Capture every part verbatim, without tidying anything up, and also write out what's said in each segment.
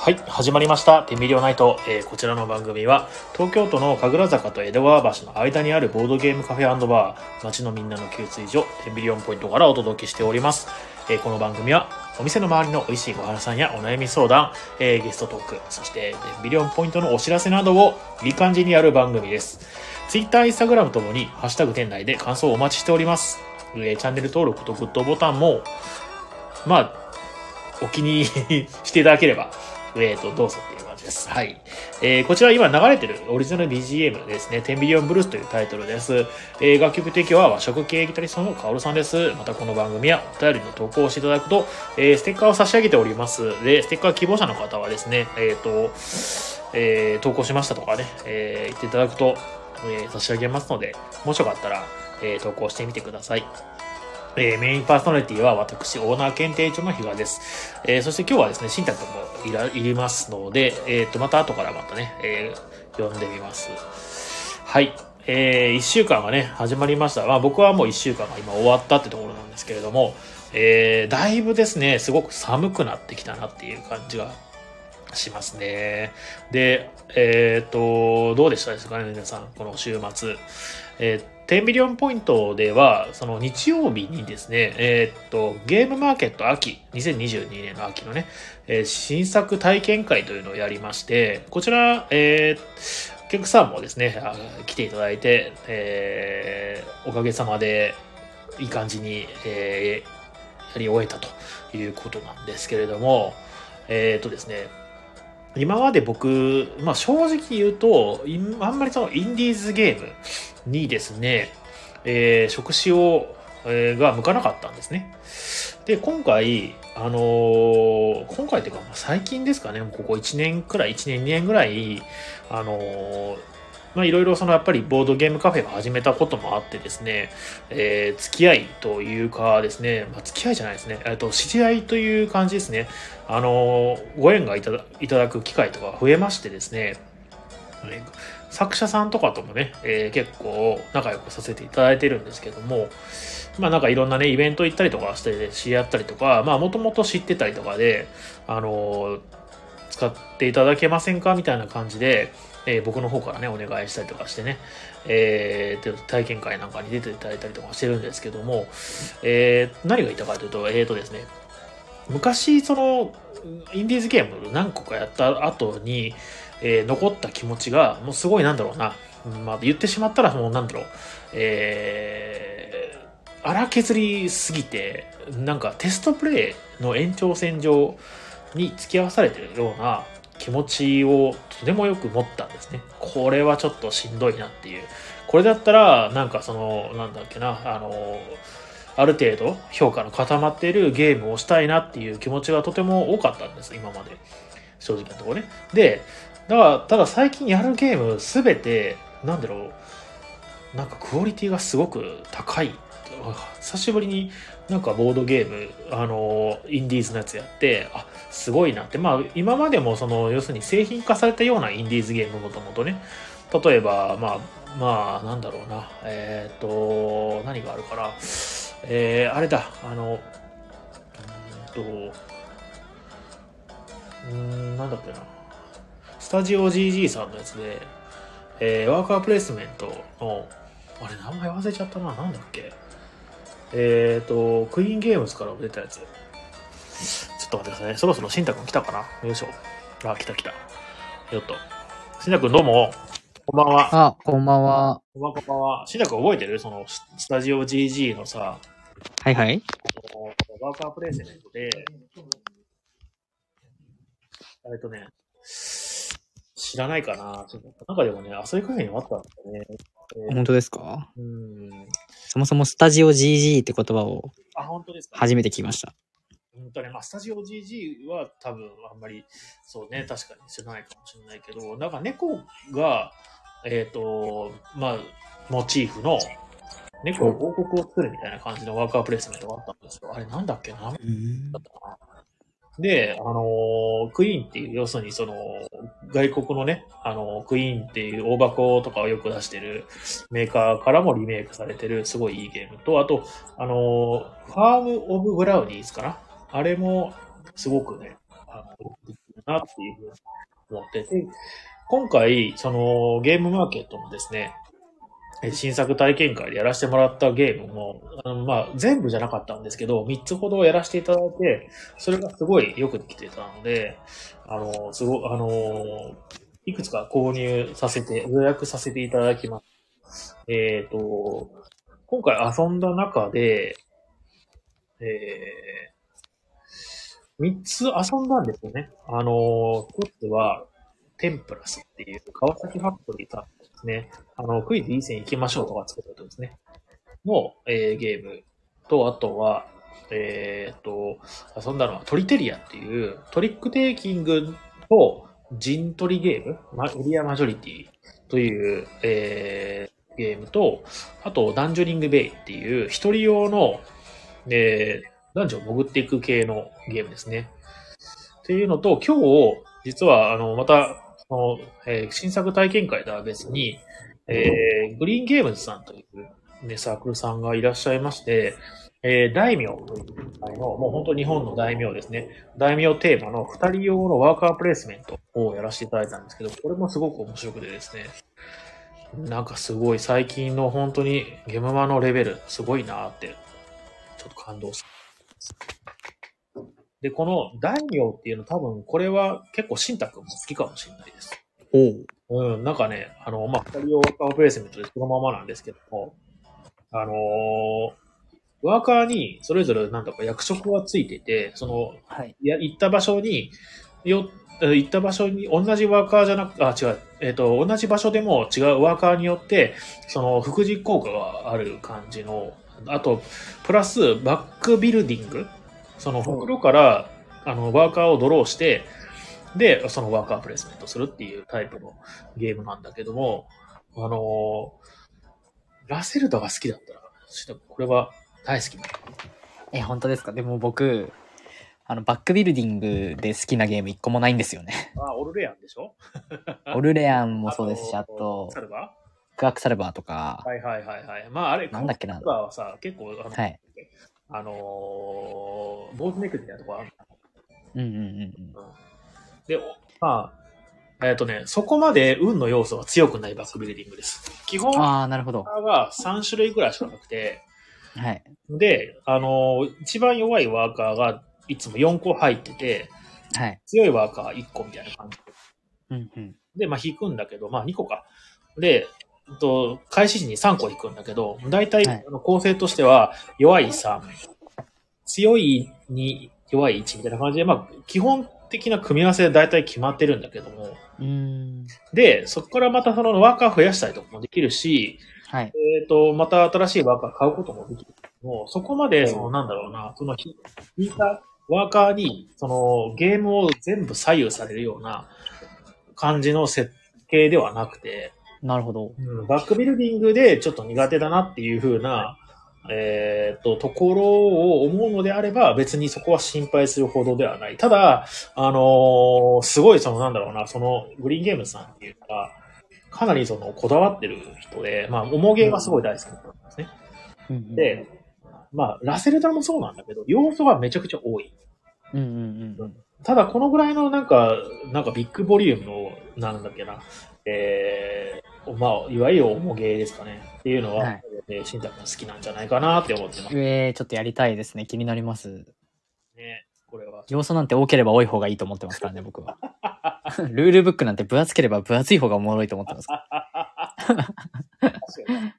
はい、始まりました。テンビリオナイト、えー。こちらの番組は東京都の神楽坂と江戸川橋の間にあるボードゲームカフェ&バー、街のみんなの給水所、テンビリオンポイントからお届けしております。えー、この番組はお店の周りの美味しいごはんさんやお悩み相談、えー、ゲストトーク、そしてテンビリオンポイントのお知らせなどをいい感じにやる番組です。Twitter、Instagram ともにハッシュタグ店内で感想をお待ちしております。えー、チャンネル登録とグッドボタンもまあお気にしていただければえーと、どうぞっていう感じです。はい。えー、こちら今流れてるオリジナル ビージーエム ですね。テンビリオンブルースというタイトルです。えー、楽曲提供は和食系ギタリストのカオルさんです。またこの番組はお便りの投稿をしていただくと、えー、ステッカーを差し上げております。で、ステッカー希望者の方はですね、えーと、えー、投稿しましたとかね、えー、言っていただくと、えー、差し上げますので、もしよかったら、えー、投稿してみてください。えー、メインパーソナリティは私、オーナー検定長の比嘉です。えー、そして今日はですね、新宅もいら、いりますので、えっと、また後からまたね、えー、読んでみます。はい。えー、一週間がね、始まりました。まあ僕はもう一週間が今終わったってところなんですけれども、えー、だいぶですね、すごく寒くなってきたなっていう感じがしますね。で、えっと、どうでしたですかね、皆さん、この週末。えーテンビリオンポイントでは、その日曜日にですね、えー、っと、ゲームマーケット秋、にせんにじゅうにねんの秋のね、えー、新作体験会というのをやりまして、こちら、えー、お客さんもですね、来ていただいて、えー、おかげさまでいい感じに、えー、やり終えたということなんですけれども、えー、っとですね、今まで僕、まあ正直言うと、あんまりそのインディーズゲームにですね、えー、触手を、えー、が向かなかったんですね。で、今回、あのー、今回っていうか、最近ですかね、ここいちねんくらい、いちねん、にねんぐらい、あのー、まあいろいろそのやっぱりボードゲームカフェが始めたこともあってですね、えー、付き合いというかですね、まあ、付き合いじゃないですね、えっと、知り合いという感じですね。あのー、ご縁がいただいただく機会とか増えましてですね、作者さんとかともね、えー、結構仲良くさせていただいてるんですけども、まあなんかいろんなね、イベント行ったりとかして知り合ったりとか、まあもともと知ってたりとかで、あのー、使っていただけませんかみたいな感じで、えー、僕の方からね、お願いしたりとかしてね、えー、体験会なんかに出ていただいたりとかしてるんですけども、えー、何が言ったかというと、えーとですね、昔その、インディーズゲーム何個かやった後に、えー、残った気持ちが、もうすごいなんだろうな、まあ言ってしまったらもうなんだろう、えー、荒削りすぎて、なんかテストプレイの延長線上に付き合わされてるような気持ちをとてもよく持ったんですね。これはちょっとしんどいなっていう。これだったら、なんかその、なんだっけな、あの、ある程度評価の固まっているゲームをしたいなっていう気持ちがとても多かったんです、今まで。正直なところね。で、だから、ただ最近やるゲームすべて、なんだろう、なんかクオリティがすごく高い。久しぶりになんかボードゲーム、あの、インディーズのやつやって、あ、すごいなって。まあ、今までもその、要するに製品化されたようなインディーズゲームもともとね、例えば、まあ、まあ、なんだろうな、えっ、ー、と、何があるかな。えー、あれだ、あの、うんと、うーん、なんだっけな。スタジオ ジージー さんのやつで、えー、ワーカープレイスメントの、あれ、名前忘れちゃったな、なんだっけ。えっ、ー、と、クイーンゲームズから出たやつ。ちょっと待ってくださいね。そろそろシンタ君来たかなよいしょ。あ、来た来た。よっと。シンタ君どうも。こんばんは。 あ、こんばんは。 こんばんは、こんばんは。シンタ君覚えてるその、スタジオ ジージー のさ、 はいはい。 ワーカープレイスメントで、えっとね、知らないかな。なんかでもね、遊びカフェにもあったんだよね。 えー、本当ですか？ うん。 そもそもスタジオ ジージー って言葉をあ、本当ですか？ 初めて聞きました。 本当ね、まあ、スタジオ ジージー は多分あんまり、そうね、確かに知らないかもしれないけど、なんか猫が、えっ、ー、と、まあ、モチーフの、猫の王国を作るみたいな感じのワーカープレイスメントがあったんですよ。あれなんだっけな、だったかな。で、あのー、クイーンっていう、要するにその、外国のね、あのー、クイーンっていう大箱とかをよく出してるメーカーからもリメイクされてるすごいいいゲームと、あと、あのー、ファーム・オブ・ブラウニーズかなあれも、すごくね、あの、 なっていうふうに思ってて、今回、そのゲームマーケットのですね、新作体験会でやらせてもらったゲームも、あのまあ、全部じゃなかったんですけど、みっつほどやらせていただいて、それがすごいよくできてたので、あの、すご、あの、いくつか購入させて、予約させていただきます。えっと、今回遊んだ中で、えー、みっつ遊んだんですよね。あの、ひとつは、テンプラスっていう川崎ファクトリーさんですね。あの、クイズいい線行きましょうとか作ったことですね。の、えーゲームと、あとは、えーっと、遊んだのはトリテリアっていうトリックテイキングと陣取りゲーム、まエリアマジョリティという、えーゲームと、あとダンジョニングベイっていう一人用の、えーダンジョンを潜っていく系のゲームですね。っていうのと、今日、実は、あの、また、そのえー新作体験会とは別に、えーグリーンゲームズさんという、ね、サークルさんがいらっしゃいまして、えー大名という名前の、もう本当日本の大名ですね。大名テーマのふたり用のワーカープレイスメントをやらせていただいたんですけど、これもすごく面白くてですね、なんかすごい最近の本当にゲームマのレベル、すごいなーって、ちょっと感動した。で、この大名っていうの多分、これは結構シンタ君も好きかもしれないです。 おう。 うん、なんかね、あの、まあ、二人用ワーカープレイスメントでそのままなんですけども、あのーワーカーにそれぞれなんだか役職がついてて、その、 はい。 いや、行った場所に、よ、え行った場所に同じワーカーじゃなく、あ、違う、えっ、と、同じ場所でも違うワーカーによって、その、副次効果がある感じの、あと、プラス、バックビルディング、その、袋から、あの、ワーカーをドローして、で、そのワーカープレイスメントするっていうタイプのゲームなんだけども、あのラセルダが好きだったら、ちょっとこれは大好きな。 え、本当ですか？でも僕、あの、バックビルディングで好きなゲーム一個もないんですよね。 あ、オルレアンでしょ？ オルレアンもそうですし、あとサ、ルバクアックサルバーとか、 ーはいはいはいはい。まああれ、 なんだっけな。 サルバーはさ、結構、あの、 はい。 あのー、坊主めくみたいなとこある。 うんうんうんうん。 うんで、おまあ、えっ、とね、そこまで運の要素が強くないバックビルディングです。基本ああ、なるほど。 がさん種類ぐらいしかなくて、 はい。 で、あのー一番弱いワーカーがいつもよんこ入ってて、 はい。 強いワーカーいっこみたいな感じうんうん。 で、まあ引くんだけど、まあにこか。で、えっと開始時にさんこ引くんだけど、大体、 はいあの構成としては弱いさん、強いに、弱いいちみたいな感じで、まあ基本的な組み合わせで大体決まってるんだけども、 うーん。 で、そこからまたそのワーカー増やしたりとかもできるし、 はい。 えっ、と、また新しいワーカー買うこともできるけども、そこまで、その、なんだろうな、その、ひ引いたワーカーに、その、ゲームを全部左右されるような感じの設計ではなくて、 なるほど。 うん、バックビルディングでちょっと苦手だなっていう風な、えっと、ところを思うのであれば、別にそこは心配するほどではない。ただ、あのーすごいそのなんだろうな、そのグリーンゲームズさんっていうのが、かなりそのこだわってる人で、まあ、重ゲーがすごい大好きなんですね。 うんうん、 で、まあ、ラセルダもそうなんだけど、要素がめちゃくちゃ多い。 うんうんうん。 ただ、このぐらいのなんか、なんかビッグボリュームの、なんだっけな、えー、まあ、いわゆる重ゲーですかね。っていうのは、 はいえー、シンタ君好きなんじゃないかなって思ってます。 えー、ちょっとやりたいですね。気になります。 ね、これは。 要素なんて多ければ多い方がいいと思ってますからね、僕は。ルールブックなんて分厚ければ分厚い方がおもろいと思ってます。 確かに。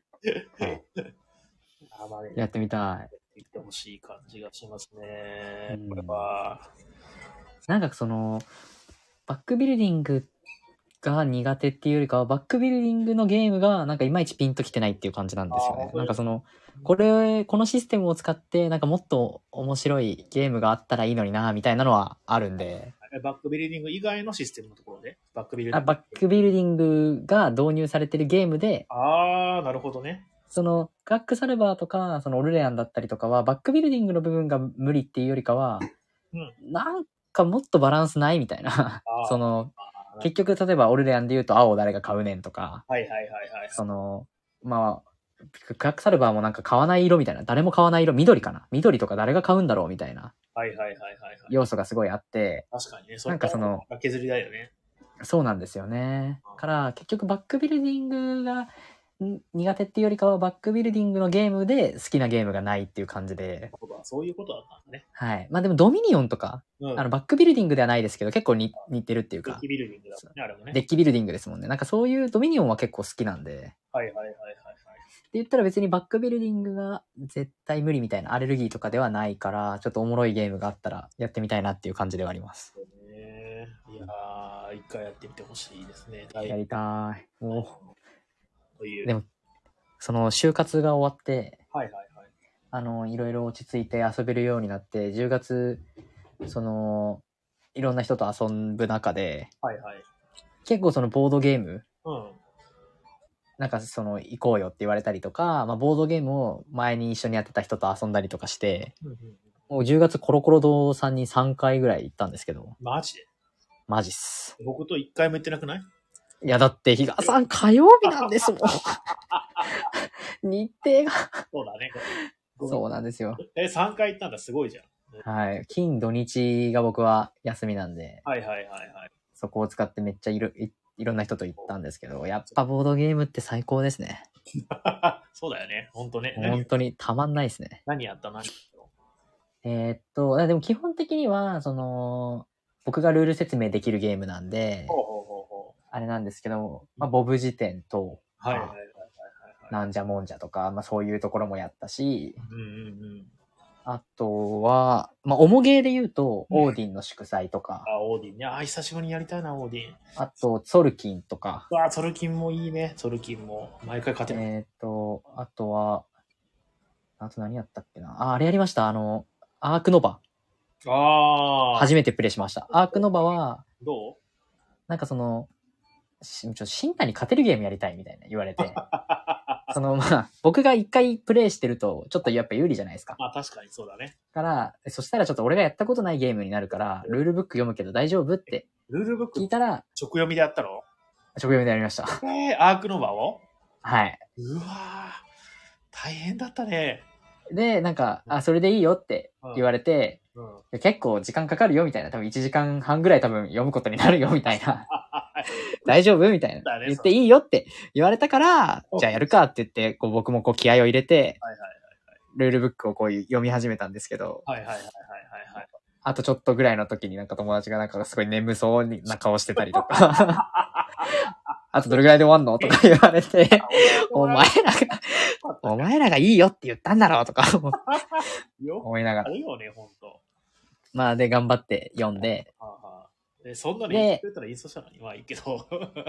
あまりやってみたい。 やっていってほしい感じがしますね。 うんこれは。 なんかその、バックビルディングが苦手っていうよりかは、バックビルディングのゲームがなんかいまいちピンときてないっていう感じなんですよね。なんかその、これ、このシステムを使ってなんかもっと面白いゲームがあったらいいのになみたいなのはあるんで。 バックビルディング以外のシステムのところでバックビルディング。 あ、バックビルディングが導入されてるゲームで、 あー、なるほどね。 その、クラックサルバーとか、そのオルレアンだったりとかは、バックビルディングの部分が無理っていうよりかは、 うんなんかもっとバランスないみたいな。その、結局、例えばオルレアンで言うと青を誰が買うねんとか、 はいはいはいはい。 その、まあ、クラックサルバーもなんか買わない色みたいな。誰も買わない色、緑かな緑とか誰が買うんだろうみたいな。 はいはいはいはい、はい。 要素がすごいあって、 確かにね。 なんかその、 削りだよね。 そうなんですよね。から、結局バックビルディングが苦手っていうよりかは、バックビルディングのゲームで好きなゲームがないっていう感じで。 そういうことだったんだね。 はい。まあでもドミニオンとか、うん、あのバックビルディングではないですけど、結構に似てるっていうか。 デッキビルディングだもんね、あれもね。 デッキビルディングですもんね。なんかそういうドミニオンは結構好きなんで。 はいはいはいはいはい。 って言ったら別にバックビルディングが絶対無理みたいなアレルギーとかではないから、ちょっとおもろいゲームがあったらやってみたいなっていう感じではあります。 そうね。いやー、一回やってみてほしいですね。 やりたい。おという。 でも、その就活が終わって、 はいはいはい。 あの、いろいろ落ち着いて遊べるようになって、じゅうがつ、その、いろんな人と遊ぶ中で、 はいはい。 結構そのボードゲーム、 うん。 なんかその行こうよって言われたりとか、まあ、ボードゲームを前に一緒にやってた人と遊んだりとかして、うんうん、もうじゅうがつコロコロ堂さんにさんかいぐらい行ったんですけど。 マジで？ マジっす。 僕といっかいも行ってなくない？ いやだって比嘉さん火曜日なんですもん。日程が。 そうだね。 そうなんですよ。 え、さんかい行ったんだ、すごいじゃん。 はい。金土日が僕は休みなんで。 はいはいはいはい。 そこを使ってめっちゃいる、いいろんな人と行ったんですけど、やっぱボードゲームって最高ですね。 そうだよね。ほんとね。 本当にたまんないですね。 何やったの？ えー、っと、でも基本的には、その、僕がルール説明できるゲームなんで、 ほうほうほうほう、あれなんですけど、まあ、ボブ辞典と、 はいはいはいはい、はい、 なんじゃもんじゃとか、まあそういうところもやったし、 うんうんうん、 あとは、まあ、おもゲーで言うと、オーディンの祝祭とか。 あ、オーディンね。あ、久しぶりにやりたいな、オーディン。 あと、ツォルキンとか。 あ、ツォルキンもいいね。ツォルキンも。毎回勝てる。 えっと、あとは、あと何やったっけな。あ、あれやりました。あの、アークノバ。 ああ。 初めてプレイしました。アークノバは、 どう？ なんかその、ちょっとシンタに勝てるゲームやりたいみたいな言われて。そのまあ、僕が一回プレイしてると、ちょっとやっぱ有利じゃないですか。 まあ確かにそうだね。 から、そしたらちょっと俺がやったことないゲームになるから、ルールブック読むけど大丈夫って。 ルールブック聞いたら、 直読みでやったの？ 直読みでやりました。 えー、アークノバを？ はい。 うわー、大変だったね。 で、なんか、あ、それでいいよって言われて、 うんうん、 結構時間かかるよみたいな、多分いちじかんはんぐらい多分読むことになるよみたいな。大丈夫みたいな、ね。言っていいよって言われたから、じゃあやるかって言って、こう僕もこう気合を入れて、はいはいはいはい、ルールブックをこう読み始めたんですけど、はいはいはいはいはい、あとちょっとぐらいの時になんか友達がなんかすごい眠そうな顔してたりとか、あとどれぐらいで終わんのとか言われて、お前らが、お前らがいいよって言ったんだろうとか思いながら。 あるよね、ほんと。 まあで頑張って読んで、 でそんなに言ってくれたらインストしたのにまあいいけど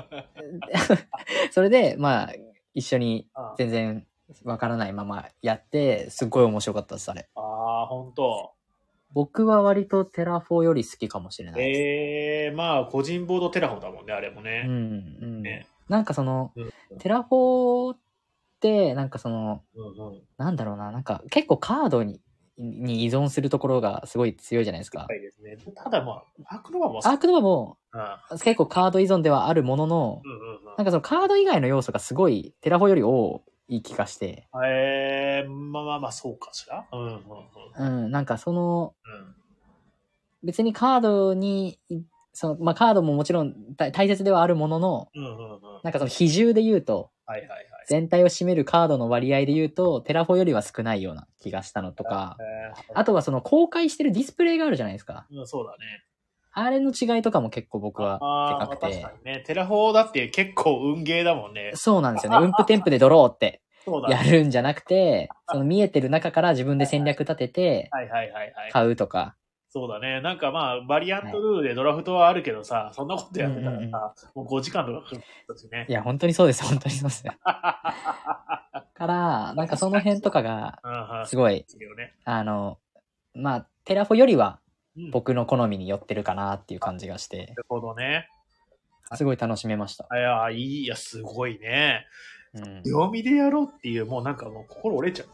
それでまあ一緒に全然わからないままやってすっごい面白かったですあれ。 ああ本当。僕は割とテラフォより好きかもしれないです。 ええー、まあ個人ボードテラフォだもんねあれもね。 うんうん。ね、なんかその、うんうん、テラフォってなんかその、うんうん、なんだろうななんか結構カードにに依存するところがすごい強いじゃないですか。 はいですね。ただまあ、アークノバもアークノバも、うん、結構カード依存ではあるものの、うんうんうん、なんかそのカード以外の要素がすごいテラフォより多い気がして。 ええー、まあまあまあそうかしら。うんうんうん。 うん、なんかその、うん、別にカードに、そのまあカードももちろん大切ではあるものの、うんうんうん、なんかその比重で言うと、はいはいはい、全体を占めるカードの割合で言うと、テラフォよりは少ないような気がしたのとか、えー、あとはその公開してるディスプレイがあるじゃないですか。 うん、そうだね。 あれの違いとかも結構僕はでかくて。 確かにね。テラフォだって結構運ゲーだもんね。 そうなんですよね。運プテンプでドローってやるんじゃなくて、その見えてる中から自分で戦略立てて、買うとか。 そうだね。なんかまあ、バリアントルールでドラフトはあるけどさ、はい、そんなことやってたらさ、うんうん、もうごじかんとかかかったしね。 いや、本当にそうです、本当にそうですよ。から、なんかその辺とかが、すごい、あの、まあ、テラフォよりは、僕の好みに寄ってるかなっていう感じがして。なるほどね。 すごい楽しめました。 いや、いい、いや、すごいね。うん、読みでやろうっていう、もうなんかもう心折れちゃう。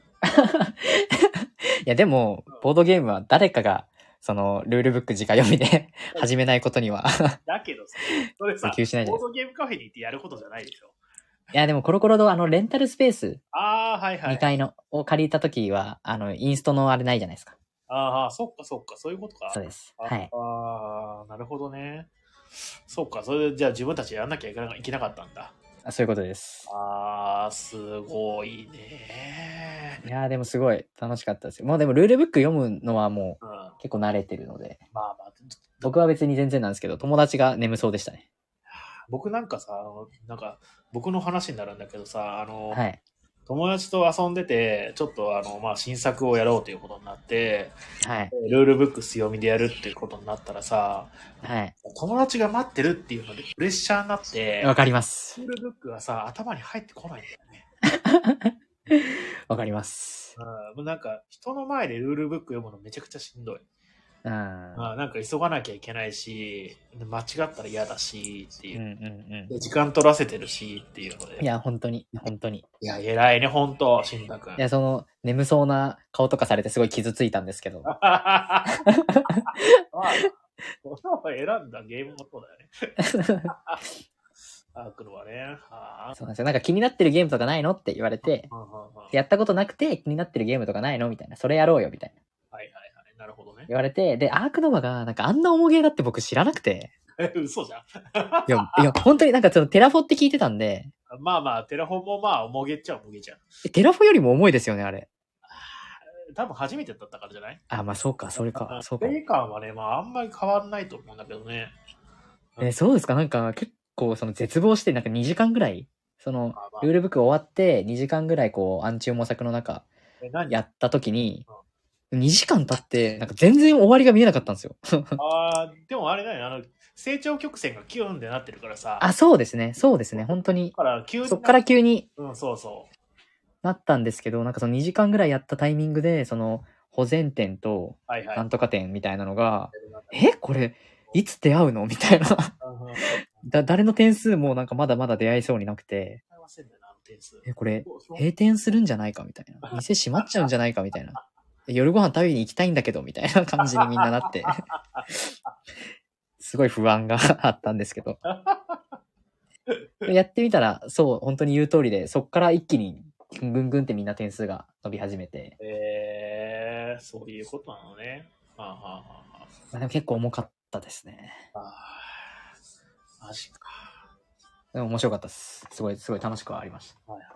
いやでもボードゲームは誰かがそのルールブック直読みで始めないことにはだけどさ、それさ、ボードゲームカフェに行ってやることじゃないでしょ。 いやでもコロコロのあのレンタルスペースあーはいはいにかいのを借りた時はあのインストのあれないじゃないですか。 ああ、そっかそっか、そういうことか。 そうです。 あはい。 あー、なるほどね。そっか、それでじゃあ自分たちやんなきゃいけないけなかったんだ。 あ、そういうことです。 ああ、すごいね。 いやーでもすごい楽しかったですよ。もうでもルールブック読むのはもうん。 う結構慣れてるので、 まあまあ、 僕は別に全然なんですけど、友達が眠そうでしたね。 僕なんかさ、あのなんか、僕の話になるんだけどさ、あの、 はい。 友達と遊んでて、ちょっとあの、まあ、新作をやろうということになって、 はい。 ルールブック強みでやるっていうことになったらさ、 はい。 友達が待ってるっていうのでプレッシャーになってわ、かります。 ルールブックがさ、頭に入ってこないんだよね。 わかります。 うん、もうなんか、人の前でルールブック読むのめちゃくちゃしんどい。 うん。 まあ、なんか急がなきゃいけないし、間違ったら嫌だしっていう。 うんうんうん。 で時間取らせてるしっていうので。 いや、本当に、本当に。 いや、偉いね、ほんと、しんたくん。 いや、その、眠そうな顔とかされてすごい傷ついたんですけど。 まあ、選んだゲームもそうだよね。アークのはね。はそうなんですよ。なんか気になってるゲームとかないのって言われて、やったことなくて気になってるゲームとかないのみたいな。それやろうよ、みたいな。 はいはいはい。なるほどね。 言われて、で、アークノバが、なんかあんな重ゲーだって僕知らなくて。 え、嘘じゃん。 いや、いや、本当になんかそのテラフォって聞いてたんで。 まあまあ、テラフォもまあ、重げっちゃ重げじゃん。 え、テラフォよりも重いですよね、あれ。 多分初めてだったからじゃない？ あ、まあそうか、それか。そうか。 プレイ感はね、まああんまり変わんないと思うんだけどね。 え、そうですか。なんか結構その絶望して、なんかにじかんぐらい、その、ルールブック終わってにじかんぐらいこう、暗中模索の中、やった時に、にじかん経って、なんか全然終わりが見えなかったんですよ。 ああ、でもあれだよね、あの、成長曲線がキューンってなってるからさ。 あ、そうですね。そうですね。本当に。 から急にそっから急に、 うん、そうそう。 なったんですけど、なんかそのにじかんぐらいやったタイミングで、その、保全点と、 はいはい。 なんとか点みたいなのが、え、これ、いつ出会うのみたいな。だ、誰の点数もなんかまだまだ出会いそうになくて、え、これ、閉店するんじゃないかみたいな。店閉まっちゃうんじゃないかみたいな。夜ご飯食べに行きたいんだけど、みたいな感じにみんななって。すごい不安があったんですけど。やってみたら、そう、本当に言う通りで、そっから一気に、ぐんぐんってみんな点数が伸び始めて。 えー、そういうことなのね。はあはあはあ、 まあ、でも結構重かったですね。 ああ、マジか。 でも面白かったです。すごい、すごい楽しくはありました。はい、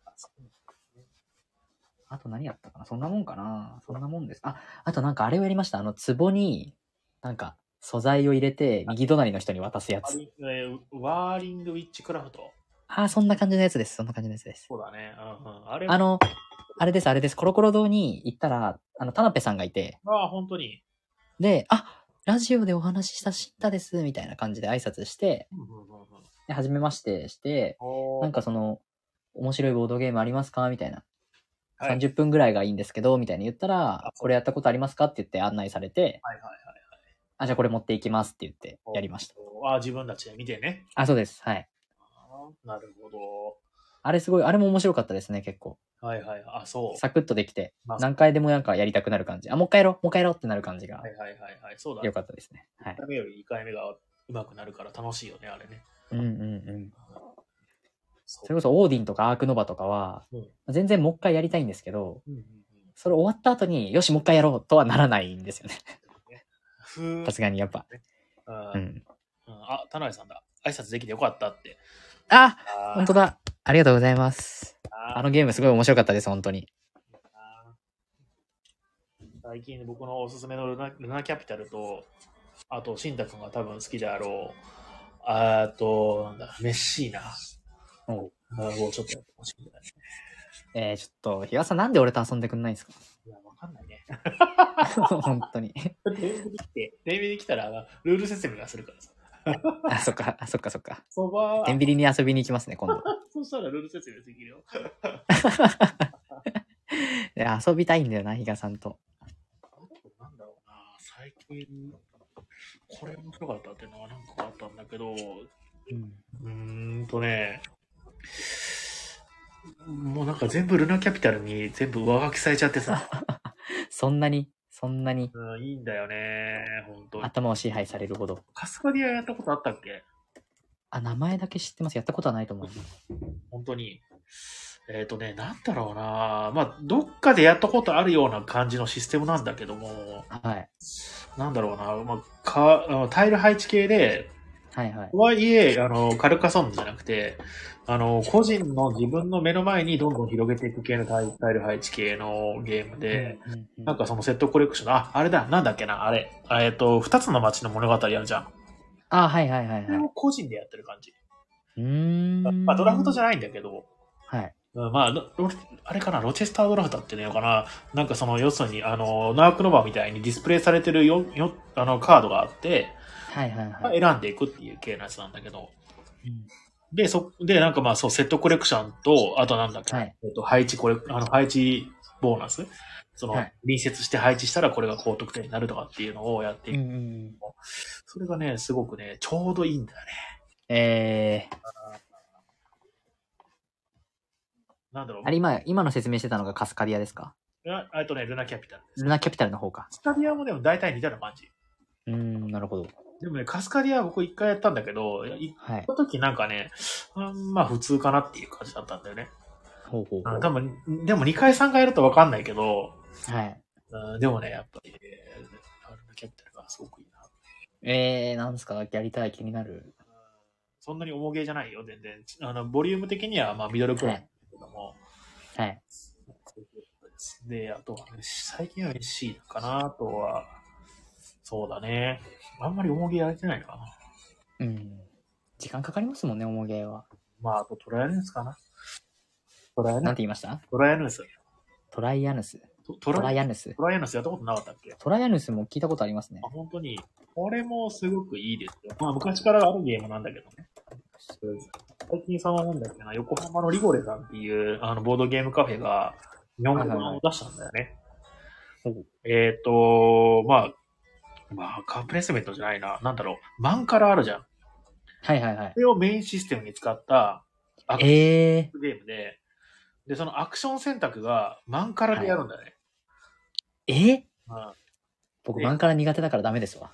あと何やったかな、そんなもんかなそんなもんです。あ、あとなんかあれをやりました。あの、壺に、なんか、素材を入れて、右隣の人に渡すやつ。 ワーリングウィッチクラフト。 ああ、そんな感じのやつです。そんな感じのやつです。 そうだね。うんうん、あれあの、あれです、あれです。コロコロ堂に行ったら、あの、田辺さんがいて。 ああ、本当に。 で、あ、ラジオでお話ししたシッタです、みたいな感じで挨拶して、で、初めましてして、なんかその、面白いボードゲームありますかみたいな。さんじゅっぷんぐらいがいいんですけど、みたいに言ったら、これやったことありますかって言って案内されて、はいはいはいはい。あ、じゃあこれ持っていきますって言ってやりました。 あ、自分たちで見てね。 あ、そうです。はい。 なるほど。 あれすごい、あれも面白かったですね、結構。 はいはい。あ、そう。 サクッとできて、何回でもなんかやりたくなる感じ。あ、もう一回やろう、もう一回やろうってなる感じが。はいはいはいはい。そうだ。よかったですね。はい。いっかいめよりにかいめが上手くなるから楽しいよね、あれね。 うんうんうん。それこそオーディンとかアークノバとかは、うん、全然もう一回やりたいんですけど、うんうんうん、それ終わった後に、よし、もう一回やろうとはならないんですよね。さすがにやっぱ。 うん。あ、田辺さんだ。挨拶できてよかったって。 あ、本当だ。ありがとうございます。あ, あのゲームすごい面白かったです、本当に。 最近僕のおすすめのル ナ, ルナキャピタルと、あと、シンタ君が多分好きであろう、あと、なんだ、メッシーナ。 おう。 もうちょっとやってほしいんだね。 えー、ちょっと、ひわさんなんで俺と遊んでくんないんですか？ いや、わかんないね。 本当に。 テレビに来て、テレビに来たら、ルール説明がするからさ。 あ、そっか、あ、そっかそっか。 そば。 天秤に遊びに行きますね、今度。 そしたらルール説明できるよ。 いや、遊びたいんだよな、比嘉さんと。 なんだろうな、最近、これ面白かったっていうのはなんかあったんだけど、うん、うーんとね、もうなんか全部ルナキャピタルに全部上書きされちゃってさ。 そんなにそんなに、 うん、いいんだよね、本当に。 頭を支配されるほど。 カスカディアやったことあったっけ？ あ、名前だけ知ってます。やったことはないと思います。 本当に。 えっ、とね、なんだろうな。まあ、どっかでやったことあるような感じのシステムなんだけども、 はい。 なんだろうな。まあ、かあのタイル配置系で、 はいはい。 とはいえ、あの、カルカソンヌじゃなくて、あの、個人の自分の目の前にどんどん広げていく系のタイタイル配置系のゲームで、 うんうんうんなんかそのセットコレクション、あ、あれだ、なんだっけな、あれ。えっ、と、二つの街の物語あるじゃん。 あ、はいはいはいそれをはい。 個人でやってる感じ。 うーん。 まあ、ドラフトじゃないんだけど、 はい。 うん、まあ、ロロあれかな、ロチェスタードラフトっていうのかな、なんかその、要するに、あの、ナークノバみたいにディスプレイされてるよ、よ、あの、カードがあって、 はいはいまあはい。 選んでいくっていう系のやつなんだけど、 うんで、そ、で、なんかまあ、そう、セットコレクションと、あとなんだっけな、 はい。 えっと、配置コレ、あの、配置ボーナス、その、 はい隣接して配置したらこれが高得点になるとかっていうのをやっていく。 うんうんうん。 それがね、すごくね、ちょうどいいんだよね。 えー、 なんだろう。 あれ今、今の説明してたのがカスカディアですか？ ああとね、ルナキャピタルです。 ルナキャピタルの方か。 スタディアもでも大体似たような感じ。 うーん、なるほど。 でもね、カスカディアは僕一回やったんだけど、行っはい。 た時なんかね、あんまあ普通かなっていう感じだったんだよね。 ほうほうほう。 多分、でもにかいさんかいやるとわかんないけど、 はい。 うん、でもね、やっぱり、えー、ルナキャピタルがすごくいいな。 えー、なんですか？やりたい、気になる。 そんなに重ゲーじゃないよ、全然。あの、ボリューム的には、まあ、ミドルクラスだけども。 はい。 で、あとは、ね、最近は エスシー かな、あとは、そうだね。あんまり重ゲーやれてないかな。 うん。時間かかりますもんね、重ゲーは。 まあ、あとトライアヌースかな。トライアヌース。 なんて言いました？ トライアヌース。 トライアヌス。 トトライライアヌス。 トライアヌースやったことなかったっけ？ トライアヌスも聞いたことありますねあ、。本当に。これもすごくいいですよ。まあ、昔からあるゲームなんだけどね。最近そのなんだっけな、横浜のリゴレさんっていうあのボードゲームカフェが日本語版を出したんだよね。 はいはいはい、 えっ、ー、と、まあ、まあ、カープレスメントじゃないな。なんだろう。マンカラあるじゃん。 はいはいはい。 それをメインシステムに使ったアクシえョンゲームで、で、そのアクション選択がマンカラでやるんだよね。 ー、えー、 うん、 僕、マンカラ苦手だからダメですわ。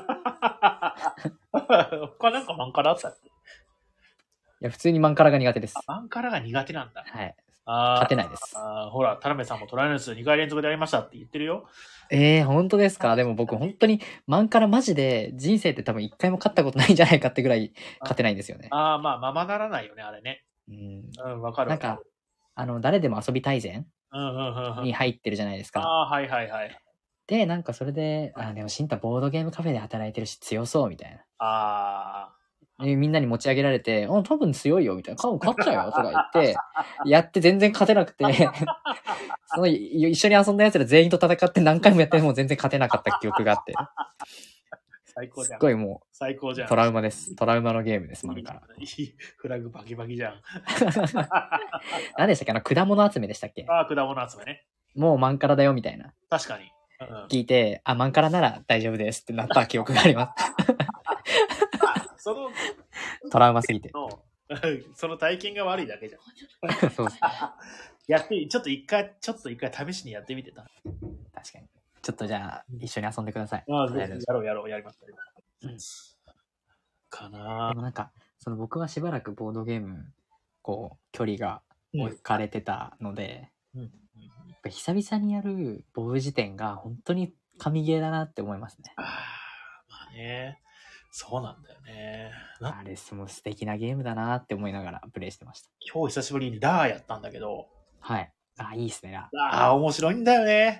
他なんかマンカラあったっけ？ いや、普通にマンカラが苦手です。 マンカラが苦手なんだ。 はい。 あ勝てないです。 あほら、田辺さんもトライアヌースにかい連続でやりましたって言ってるよ。 えー、本当ですか？でも僕、本当にマンカラマジで人生って多分一回も勝ったことないんじゃないかってぐらい勝てないんですよね。 ああ、まあ、ままならないよね、あれね。 うん。 うん、わかる。 なんか、あの、誰でも遊び大全うんうんうんうん。 に入ってるじゃないですか。 ああ、はいはいはい。 で、なんかそれで、あ、でもシンタボードゲームカフェで働いてるし強そうみたいな。 ああ。 で、みんなに持ち上げられて、うん、多分強いよみたいな。多分勝っちゃうよとか言って、やって全然勝てなくて、そのい一緒に遊んだ奴ら全員と戦って何回もやっても全然勝てなかった記憶があって。 最高じゃん。 すっごいも最高じゃん。 うトラウマです。トラウマのゲームです、マンカラ。 いいフラグバキバキじゃん。 何でしたっけ？あの、果物集めでしたっけ？ ああ、果物集めね。 もうマンカラだよみたいな。 確かに。うん、 聞いて、あ、マンカラなら大丈夫ですってなった記憶があります。 その、 トラウマすぎて。 その体験が悪いだけじゃん。 そうです。 やって、ちょっと一回、ちょっと一回試しにやってみてた。 確かに。ちょっとじゃあ、一緒に遊んでください。 ああ、やろうやろう、やります。 うん、 かな。 でもなんか、その僕はしばらくボードゲーム、こう、距離が置かれてたので、うんうんうん、やっぱ久々にやるボブ辞典が本当に神ゲーだなって思いますね。 ああ、まあね。そうなんだよね。 あれ、その素敵なゲームだなって思いながらプレイしてました。 今日久しぶりにラーやったんだけど。 はい。あ、いいっすね、ラー。 ああ、面白いんだよね。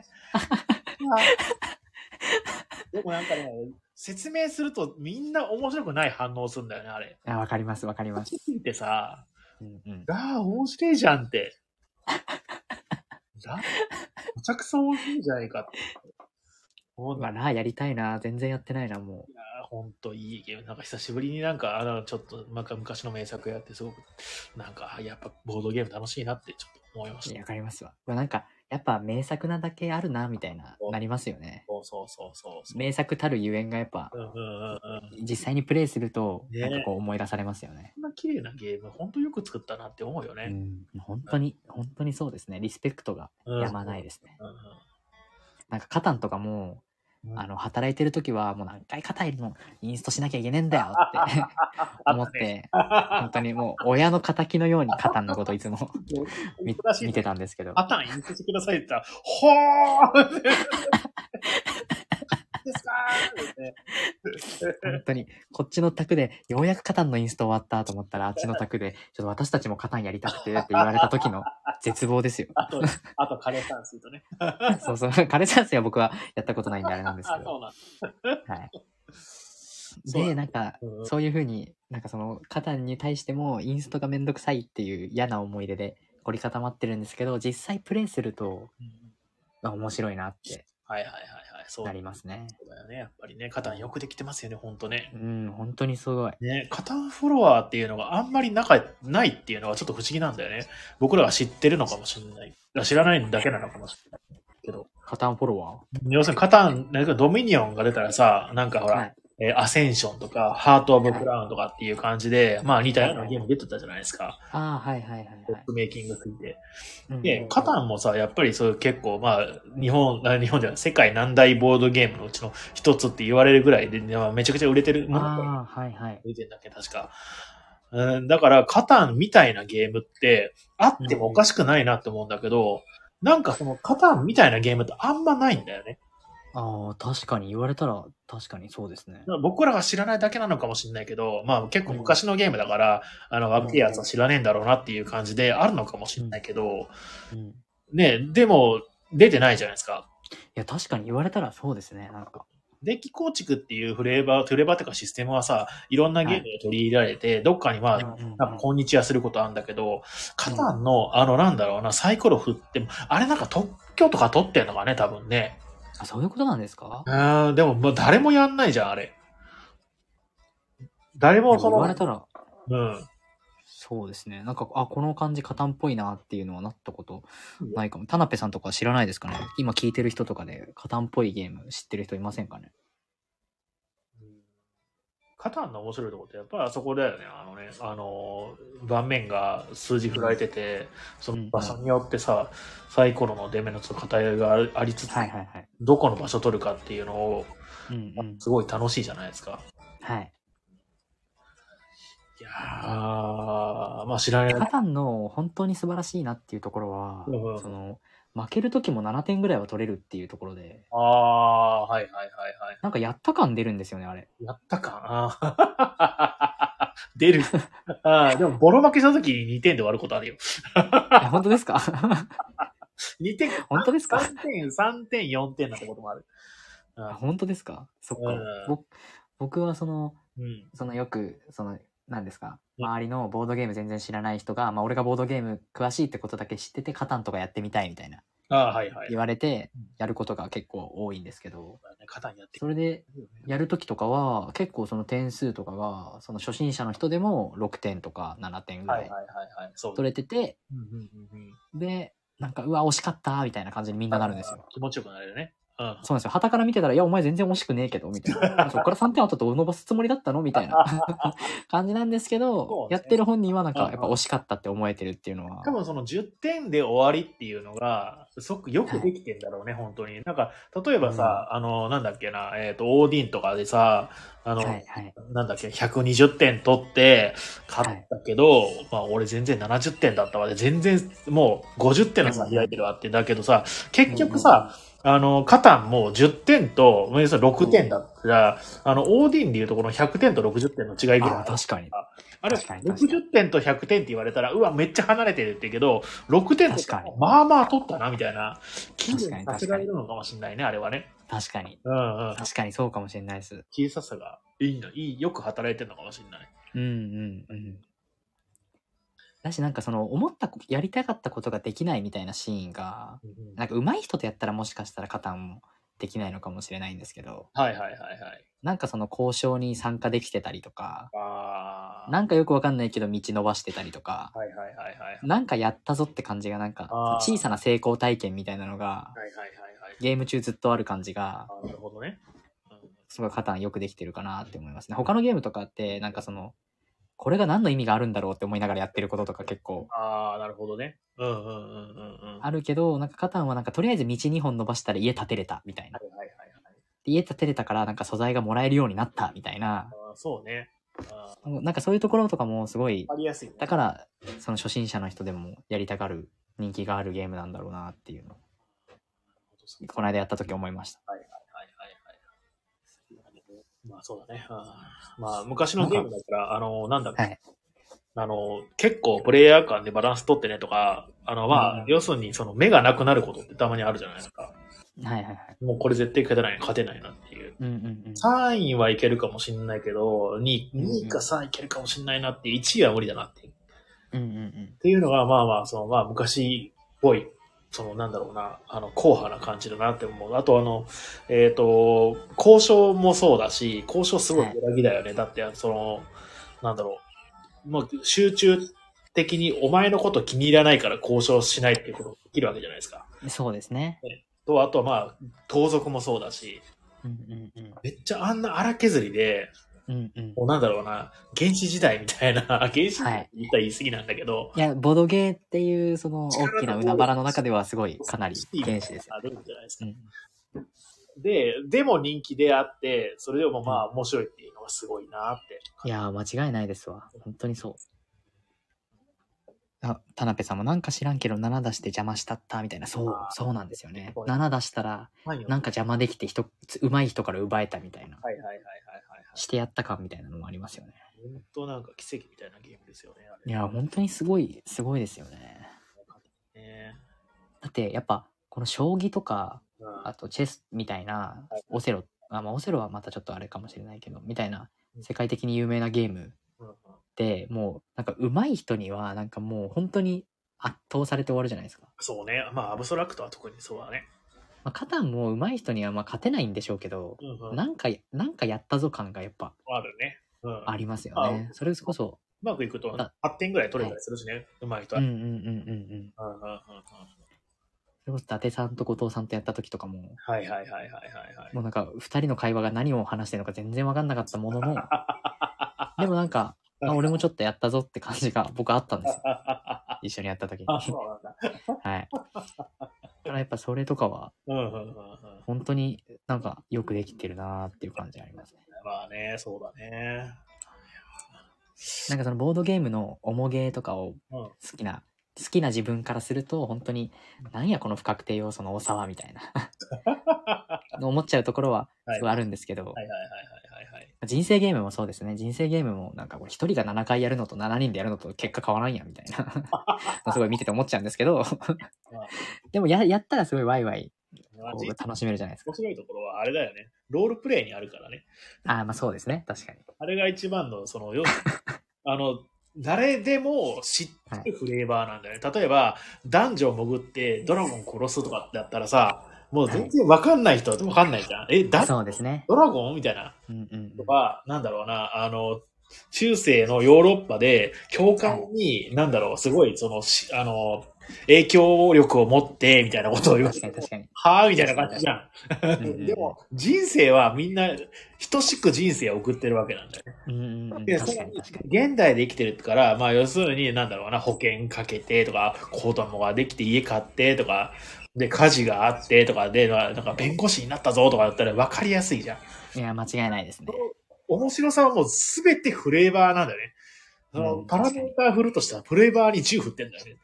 でもなんかね、説明するとみんな面白くない反応するんだよね、あれ。 あ、わかります、わかります。 聞いてさ、 うんうん、 ラー面白いじゃんって。ラーめちゃくちゃ面白いじゃないかって。 まあ、ラーやりたいな。全然やってないな、もう。 いやー、ほんといいゲーム。なんか久しぶりになんか、あの、ちょっと、なんか昔の名作やって、すごく、なんか、やっぱボードゲーム楽しいなってちょっと思いました。 わかりますわ。まあ、なんか、やっぱ名作なだけあるな、みたいな、なりますよね。 そうそうそうそうそう。 名作たるゆえんがやっぱ、 うんうんうんうん、 実際にプレイすると、 ね、 なんかこう思い出されますよね。 こんな綺麗なゲーム、ほんとよく作ったなって思うよね。 うん、本当に、本当にそうですね。リスペクトがやまないですね。 うんうんうん、 なんか、カタンとかも、 あの、働いてる時はもう何回肩いるのインストしなきゃいけねえんだよって思って、本当にもう親の仇のようにカタンのこといつも見見てたんですけど。 カタンインストしてくださいって言ったら、ほーですかーって本当に、こっちの卓でようやくカタンのインスト終わったと思ったら、あっちの卓で、ちょっと私たちもカタンやりたくてって言われた時の絶望ですよ。 あと、あと枯山水とね。 そうそう、枯山水は僕はやったことないんであれなんですけあ、そうど。 なんはい。 そうだで、なんかうんう、んそういう風に、なんかその、カタンに対してもインストがめんどくさいっていう嫌な思い出で凝り固まってるんですけど、実際プレイすると、 うんあ面白いなってはいはいはいはい。そうなりますね。 そうだよね。やっぱりね、カタンよくできてますよね、ほんとね。 うん、本当にすごい。 ね、カタンフロアっていうのがあんまり中ないっていうのはちょっと不思議なんだよね。僕らは知ってるのかもしれない。知らないだけなのかもしれないけど。 カタンフォロワ要するにカタン、なんかドミニオンが出たらさ、なんかほら、 はいえーアセンションとか、ハート・オブ・クラウンとかっていう感じで、まあ似たようなゲーム出てたじゃないですか。 ー。ああ、はいはいはいトッはい。 プメイキングついて。 うんで、カタンもさ、やっぱりそういう結構、まあ、日本、あ日本では世界何大ボードゲームのうちの一つって言われるぐらいで、まあめちゃくちゃ売れてるものがああ、はいはい。 売れてんだっけ、確か。うん、だから、カタンみたいなゲームって、あってもおかしくないなって思うんだけど、なんかそのカタンみたいなゲームってあんまないんだよね。 ああ、確かに言われたら確かにそうですね。 僕らが知らないだけなのかもしれないけど、まあ結構昔のゲームだから、あの、若いやつは知らねえんだろうなっていう感じであるのかもしれないけど、 うん。いね、でも出てないじゃないですか。 や、確かに言われたらそうですね。なんか。 デッキ構築っていうフレーバー、フレーバーっていうかシステムはさ、いろんなゲームで取り入れられて、どっかにまあ、 うんうんうんなんかこんにちはすることあるんだけど、カタンの、あの、なんだろうな、サイコロ振っても、あれなんか特許とか取ってんのかね、多分ね。 あ、そういうことなんですか？ あーでも、もう誰もやんないじゃん、あれ。誰もその、 言われたら、 うん。 そうですね。なんか、あ、この感じカタンっぽいなっていうのはなったことないかも。田辺さんとか知らないですかね？今聞いてる人とかでカタンっぽいゲーム知ってる人いませんかね？ カタンの面白いところってやっぱりあそこだよね。あのね、あの、盤面が数字振られてて、その場所によってさ、サイコロの出目の偏りがありつつ、 はいはいはい。 どこの場所取るかっていうのを、 うんうん。 すごい楽しいじゃないですか。 はい。 いやー、まあ知らない。 カタンの本当に素晴らしいなっていうところは、 うんうんその、負ける時もななてんぐらいは取れるっていうところで、 あー、はいはいはいはい。 なんかやった感出るんですよね、あれ。 やったかあー出る。あーでも、ボロ負けした時ににてんで終わることあるよ。 え本当ですか？ にてん、 本当ですか？ さんてん、さんてん、よんてんなんてこともある。 あ本当ですか？そっか。 うん僕僕はその、 うん。 そのよく、その、何ですか、 うん周りのボードゲーム全然知らない人が、まあ俺がボードゲーム詳しいってことだけ知ってて、カタンとかやってみたいみたいなあーはいはい。 言われて、やることが結構多いんですけど、 カタンやってそれでやるときとかは、結構その点数とかが、その初心者の人でもろくてんとかななてんぐらいはいはいはいはい。そう。 取れてて、 うんうんうんうんで、なんか、うわ、惜しかったみたいな感じにみんななるんですよ。 気持ちよくなれるね。うん。 そうなんですよ。旗から見てたら、いや、お前全然惜しくねえけど、みたいな。そこからさんてんあったと伸ばすつもりだったのみたいな感じなんですけど、 そうねやってる本人はなんか、 うんうんやっぱ惜しかったって思えてるっていうのは多。分そのじゅってんで終わりっていうのが、すごくよくできてんだろうね、本当に。なんか、例えばさ、あの、なんだっけな、えっ、と、オーディンとかでさ、あの、 はいはい。 なんだっけ、ひゃくにじゅってん取って、勝ったけど、まあ俺全然ななじゅってんだったわで、全然もうごじゅってんの差開いてるわって、だけどさ、結局さ、あの、カタンもじゅってんと、要するにろくてんだったら、あの、オーディンでいうところのひゃくてんとろくじゅってんの違いぐらいああ、確かに。 あれ確かに確かにろくじゅってんとひゃくてんって言われたら、うわ、めっちゃ離れてるって言うけど、ろくてんと確かにまあまあ取ったな、みたいな気分確かにさせられるのかもしれないね、あれはね。 確かに。 うんうん。 確かにそうかもしれないです。 小ささがいいの、いい、よく働いてるのかもしれない。 うんうんうん。だしなんかその思ったこやりたかったことができないみたいなシーンが、なんか上手い人とやったらもしかしたらカタンもできないのかもしれないんですけど、 はいはいはいはい。 なんかその交渉に参加できてたりとか、 ああ。 なんかよくわかんないけど道伸ばしてたりとか、 はいはいはいはい。 なんかやったぞって感じがなんかあー小さな成功体験みたいなのがはいはいはいはい。 ゲーム中ずっとある感じがあーなるほどね。うんすごいカタンよくできてるかなって思いますね。他のゲームとかってなんかそのこれが何の意味があるんだろうって思いながらやってることとか結構ああ、なるほどね。うんうんうんうんうん。 あるけど、なんかカタンはなんかとりあえず道にほん伸ばしたら家建てれたみたいな。 はいはいはいはい。 家建てれたからなんか素材がもらえるようになったみたいな、 あそうね。あなんかそういうところとかもすごい、 わかりやすい、ね。 だからその初心者の人でもやりたがる人気があるゲームなんだろうなっていうのをこの間やった時思いました。 はいはいはいはいはい。まあそうだね。あまあ昔のゲームだったら、あの、なんだろう。はいあの、結構プレイヤー間でバランス取ってねとか、あの、まあ、うん、要するにその目がなくなることってたまにあるじゃないですか。 はいはいはい。 もうこれ絶対勝てない、勝てないなっていう。 うんうんうん、 さんいはいけるかもしれないけど、にい、にいかさんいけるかもしれないなっていう、いちいは無理だなっていう。 うんうんうん、 っていうのが、まあまあ、その、まあ昔っぽい、その、なんだろうな、あの、硬派な感じだなって思う。あとあの、えっ、ー、と、交渉もそうだし、交渉すごい裏切だよね。はい、だって、その、なんだろう、もう集中的にお前のこと気に入らないから交渉しないっていうことができるわけじゃないですか。 そうですね。 と、あとはまあ、盗賊もそうだし、 うんうんうん、 めっちゃあんな荒削りで、 うんうん、 もうなんだろうな、原始時代みたいな、原始時代って言ったら言い過ぎなんだけど、 はい、いや、ボドゲーっていうその大きな海原の中ではすごいかなり原始ですよ。 あるんじゃないですか。うん、で、でも人気であって、それでもまあ面白いっていうのがすごいなって。 いやー、間違いないですわ。本当にそう。あ、田辺さんもなんか知らんけどなな出して邪魔したったみたいな。そう、そうなんですよね。なな出したら、なんか邪魔できて人、上手い人から奪えたみたいな。 はいはいはいはいはい。 してやったかみたいなのもありますよね。 本当なんか奇跡みたいなゲームですよね。あれいや、本当にすごい、すごいですよね。 ねだってやっぱ、この将棋とか、うん、あとチェスみたいな、オセロ、あ、まあオセロはまたちょっとあれかもしれないけど、みたいな、世界的に有名なゲーム、うんうんで、もう、なんか上手い人には、なんかもう本当に圧倒されて終わるじゃないですか。 そうね。まあ、アブストラクトは特にそうだね。 まあ、カタンも上手い人にはまあ勝てないんでしょうけど、うんうん、なんか、なんかやったぞ感がやっぱ。 あるね。 うん。ありますよね。それこそ。 うまくいくと、はってんぐらい取れたりするしね。はい、上手い人は。 うんうんうんうんうん。うんうんうんうん。それこそ伊達さんと後藤さんとやった時とかも。 はいはいはいはいはい、はい。 もうなんか、二人の会話が何を話してるのか全然わかんなかったものの、でもなんか、あ、俺もちょっとやったぞって感じが僕あったんですよ。一緒にやった時に。 あ、そうなんだ。 はい。だからやっぱそれとかは、本当になんかよくできてるなーっていう感じありますね。 まあね、そうだね。 なんかそのボードゲームの重ゲーとかを好きな、うん、好きな自分からすると本当に、なんやこの不確定要素の多さはみたいな思っちゃうところはすごいあるんですけど、人生ゲームもそうですね。人生ゲームもなんかこれ一人がななかいやるのとしちにんでやるのと結果変わらんやみたいなすごい見てて思っちゃうんですけどでも や, やったらすごいワイワイ楽しめるじゃないですか。 面白いところはあれだよね。ロールプレイにあるからね。 ああ、まあそうですね。確かに。 あれが一番の、その、よあの、誰でも知ってるフレーバーなんだよね。はい、例えば、男女潜ってドラゴン殺すとかだったらさ、もう全然わかんない人はわかんないじゃん。はい、え、だそうですね。 ドラゴンみたいな。 うんうんうん、 とか、なんだろうな、あの、中世のヨーロッパで、教会に、はい、なんだろう、すごい、その、あの、影響力を持って、みたいなことを言われて、はぁみたいな感じじゃん。でも、人生はみんな、等しく人生を送ってるわけなんだよね。 うんうんうん、 で、 確かに確かに現代で生きてるから、まあ、要するに、なんだろうな、保険かけてとか、子供ができて家買ってとか、で、家事があってとかで、なんか弁護士になったぞとかだったら分かりやすいじゃん。 いや、間違いないですね。 面白さはもうすべてフレーバーなんだよね。その、うん、パラメーター振るとしたらフレーバーにじゅう振ってんだよね。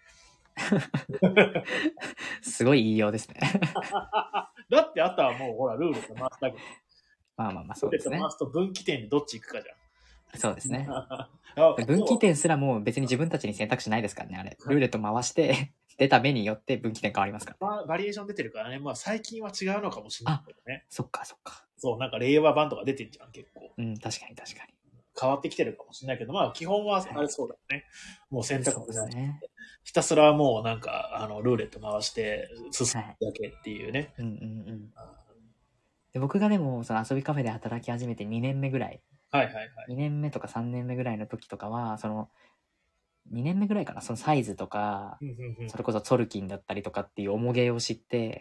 すごい言いようですね。 だってあとはもうほらルールと回すだけ。 まあまあまあそうですね。 回すと分岐点にどっち行くかじゃん。 そうですね。分岐点すらもう別に自分たちに選択肢ないですからね、あれ。ルーレット回して出た目によって分岐点変わりますから、 ね。まあ、バリエーション出てるからね。まあ最近は違うのかもしれないけどね。 そっかそっか。 そう、なんか令和版とか出てるじゃん、結構。 うん、確かに確かに。 変わってきてるかもしれないけど、まあ基本はあれそうだよね。はい、もう選択肢ない、ね。ひたすらもうなんか、あの、ルーレット回して進むだけっていうね。 はい、うんうんうん。で僕がでも、その遊びカフェで働き始めてにねんめぐらい。 はいはいはい。 にねんめとかさんねんめぐらいの時とかは、その、にねんめぐらいかな、そのサイズとか、それこそツォルキンだったりとかっていう重ゲーを知って、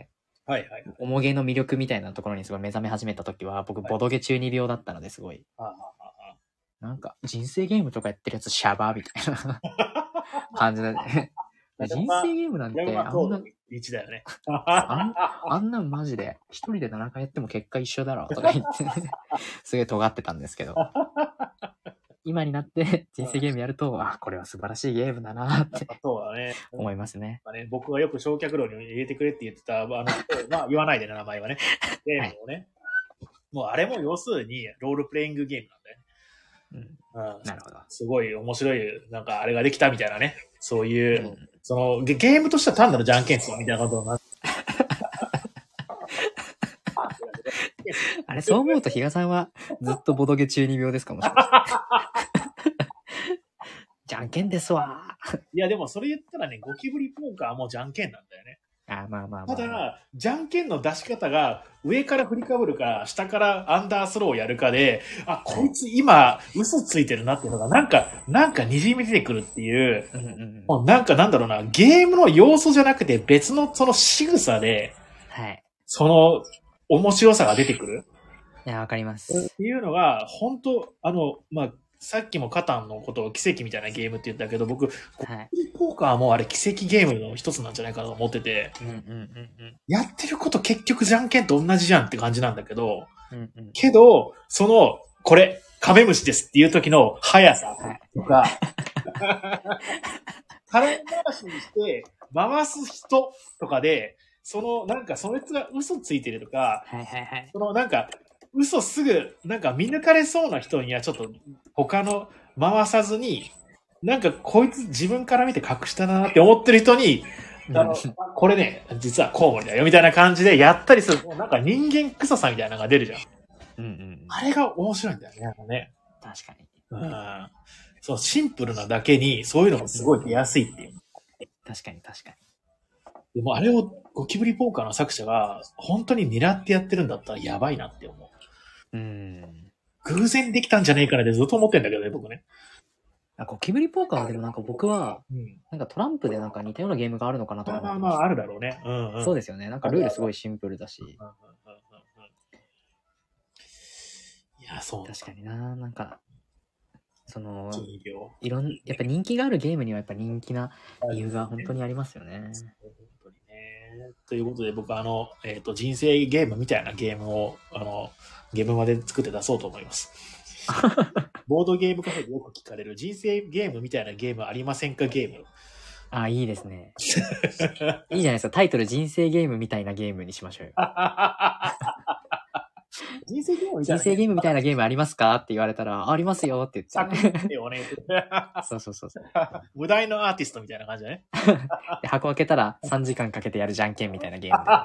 はいはいはい、 重ゲーの魅力みたいなところにすごい目覚め始めた時は、僕、ボドゲ中二病だったのですごい。 はい、 なんか、人生ゲームとかやってるやつシャバーみたいな感じで、ね、 人生ゲームなんて、あんな、 いちだよね。 あんあんなんマジで、一人でななかいやっても結果一緒だろ、とか言って、すげえ尖ってたんですけど。今になって人生ゲームやると、あ、これは素晴らしいゲームだなってそうだね。 思いますね。 まあね、僕がよく焼却炉に入れてくれって言ってた、あの、まあ言わないでね、名前はね。ゲームをね。はい、もうあれも要するにロールプレイングゲームなんだよね。 うんうん、なるほど。 すごい面白い、なんかあれができたみたいなね。そういう、うん、そのゲ、ゲームとしては単なるじゃんけんするみたいなことになって。 あれ、そう思うと比嘉さんはずっとボドゲ中二病ですかもしれない。じゃんけんですわ。 いや、でもそれ言ったらね、ゴキブリポーカーもじゃんけんなんだよね。 あまあまあまあ、 ただ、じゃんけんの出し方が上から振りかぶるか、下からアンダースローをやるかで、あ、こいつ今嘘ついてるなっていうのが、なんか、なんか滲み出てくるっていう、うんうんうん、もうなんかなんだろうな、ゲームの要素じゃなくて別のその仕草で、 はい。 その面白さが出てくる。 いや、わかります。 っていうのが、本当あの、まあ、さっきもカタンのことを奇跡みたいなゲームって言ったけど、僕、はい、ポーカーもあれ奇跡ゲームの一つなんじゃないかなと思ってて、うんうんうんうん、やってること結局じゃんけんと同じじゃんって感じなんだけど、うんうん、けど、その、これ、カメムシですっていう時の速さとか、タレン回しにして回す人とかで、その、なんかそいつが嘘ついてるとか、はいはいはい、そのなんか、嘘すぐ、なんか見抜かれそうな人にはちょっと他の回さずに、なんかこいつ自分から見て隠したなって思ってる人に、あの、これね、実はコウモリだよみたいな感じでやったりすると、なんか人間臭さみたいなのが出るじゃん。うんうん、あれが面白いんだよね、あのね。 確かに。 うん。そう、シンプルなだけに、そういうのもすごい出やすいっていう。 確かに確かに。 でもあれをゴキブリポーカーの作者が本当に狙ってやってるんだったらやばいなって思う。うん。偶然できたんじゃねえかなってずっと思ってんだけどね、僕ね。 ゴキブリポーカーはでもなんか僕は、うん、なんかトランプでなんか似たようなゲームがあるのかなとか思ってました。 まあまああるだろうね。うんうん、 そうですよね。なんかルールすごいシンプルだし。 いや、そう。 確かにな。なんか、その、いろん、やっぱ人気があるゲームにはやっぱ人気な理由が本当にありますよね。本当にね。ということで僕はあの、えっと、人生ゲームみたいなゲームを、あの、ゲームまで作って出そうと思います。ボードゲームカフェでよく聞かれる人生ゲームみたいなゲームありませんかゲーム。 あ、いいですね。いいじゃないですか。タイトル人生ゲームみたいなゲームにしましょうよ。 人生ゲームみたいな。 人生ゲームみたいなゲームありますかって言われたら、ありますよって言って。そうそうそうそう。 無題のアーティストみたいな感じだね。 で箱開けたらさんじかんかけてやるじゃんけんみたいなゲームで。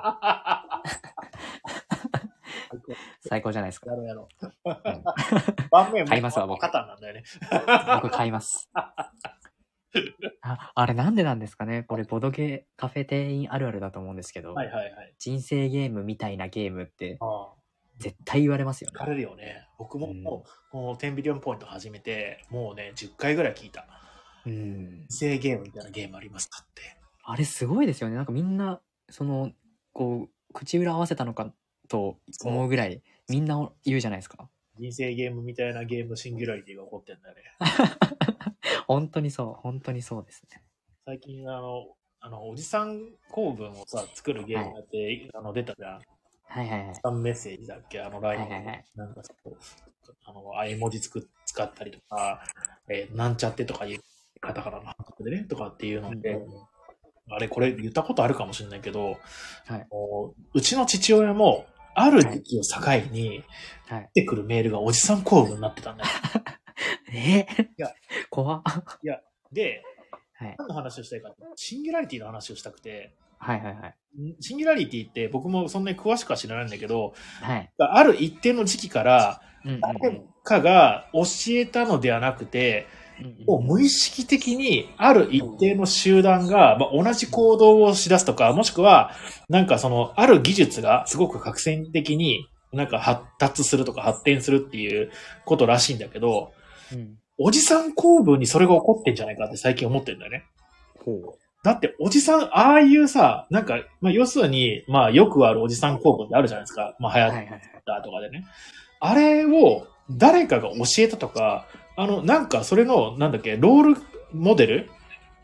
最高じゃないですか。 やろうやろう。盤面も買いますわ、僕。 カタンなんだよね。 僕買います。あ, あれなんでなんですかねこれボドゲカフェ店員あるあるだと思うんですけど、 はいはいはい、 人生ゲームみたいなゲームって絶対言われますよね。 言われるよね。僕ももう、このじゅうビリオンポイント始めてもうねじゅっかいぐらい聞いた。うん。人生ゲームみたいなゲームありますかって。 あれすごいですよね。なんかみんなそのこう口裏合わせたのかと思うぐらいみんな言うじゃないですか。 人生ゲームみたいなゲームシンギュラリティが起こってんだよね。 本当にそう、本当にそうですね。 最近あの、あの、おじさん構文をさ、作るゲームやって、はい、あの、出たじゃん。 はいはいはい。おじさんメッセージだっけあの、ライン、はいはいはい、なんかそう、あの、あ絵文字つく使ったりとか、えー、なんちゃってとかいうカタカナの反則でね、とかっていうので、うん、あれ、これ言ったことあるかもしれないけど、はい、うちの父親も、ある時期を境に、出てくるメールがおじさん構文になってたんだよ。 えー、 いや、 怖っ。 いや、で、はい、何の話をしたいかって、シンギュラリティの話をしたくて、 はいはいはい。 シンギュラリティって僕もそんなに詳しくは知らないんだけど、はい、ある一定の時期から、誰かが教えたのではなくて、もう無意識的にある一定の集団が、まあ、同じ行動をしだすとか、もしくは、なんかその、ある技術がすごく革新的になんか発達するとか発展するっていうことらしいんだけど、うん、おじさん構文にそれが起こってんじゃないかって最近思ってるんだよね。ほう。だっておじさん、ああいうさ、なんか、まあ要するに、まあよくあるおじさん構文ってあるじゃないですか。まあ流行ったとかでね。はいはいはい、あれを誰かが教えたとか、あの、なんかそれの、なんだっけ、ロールモデル、うん、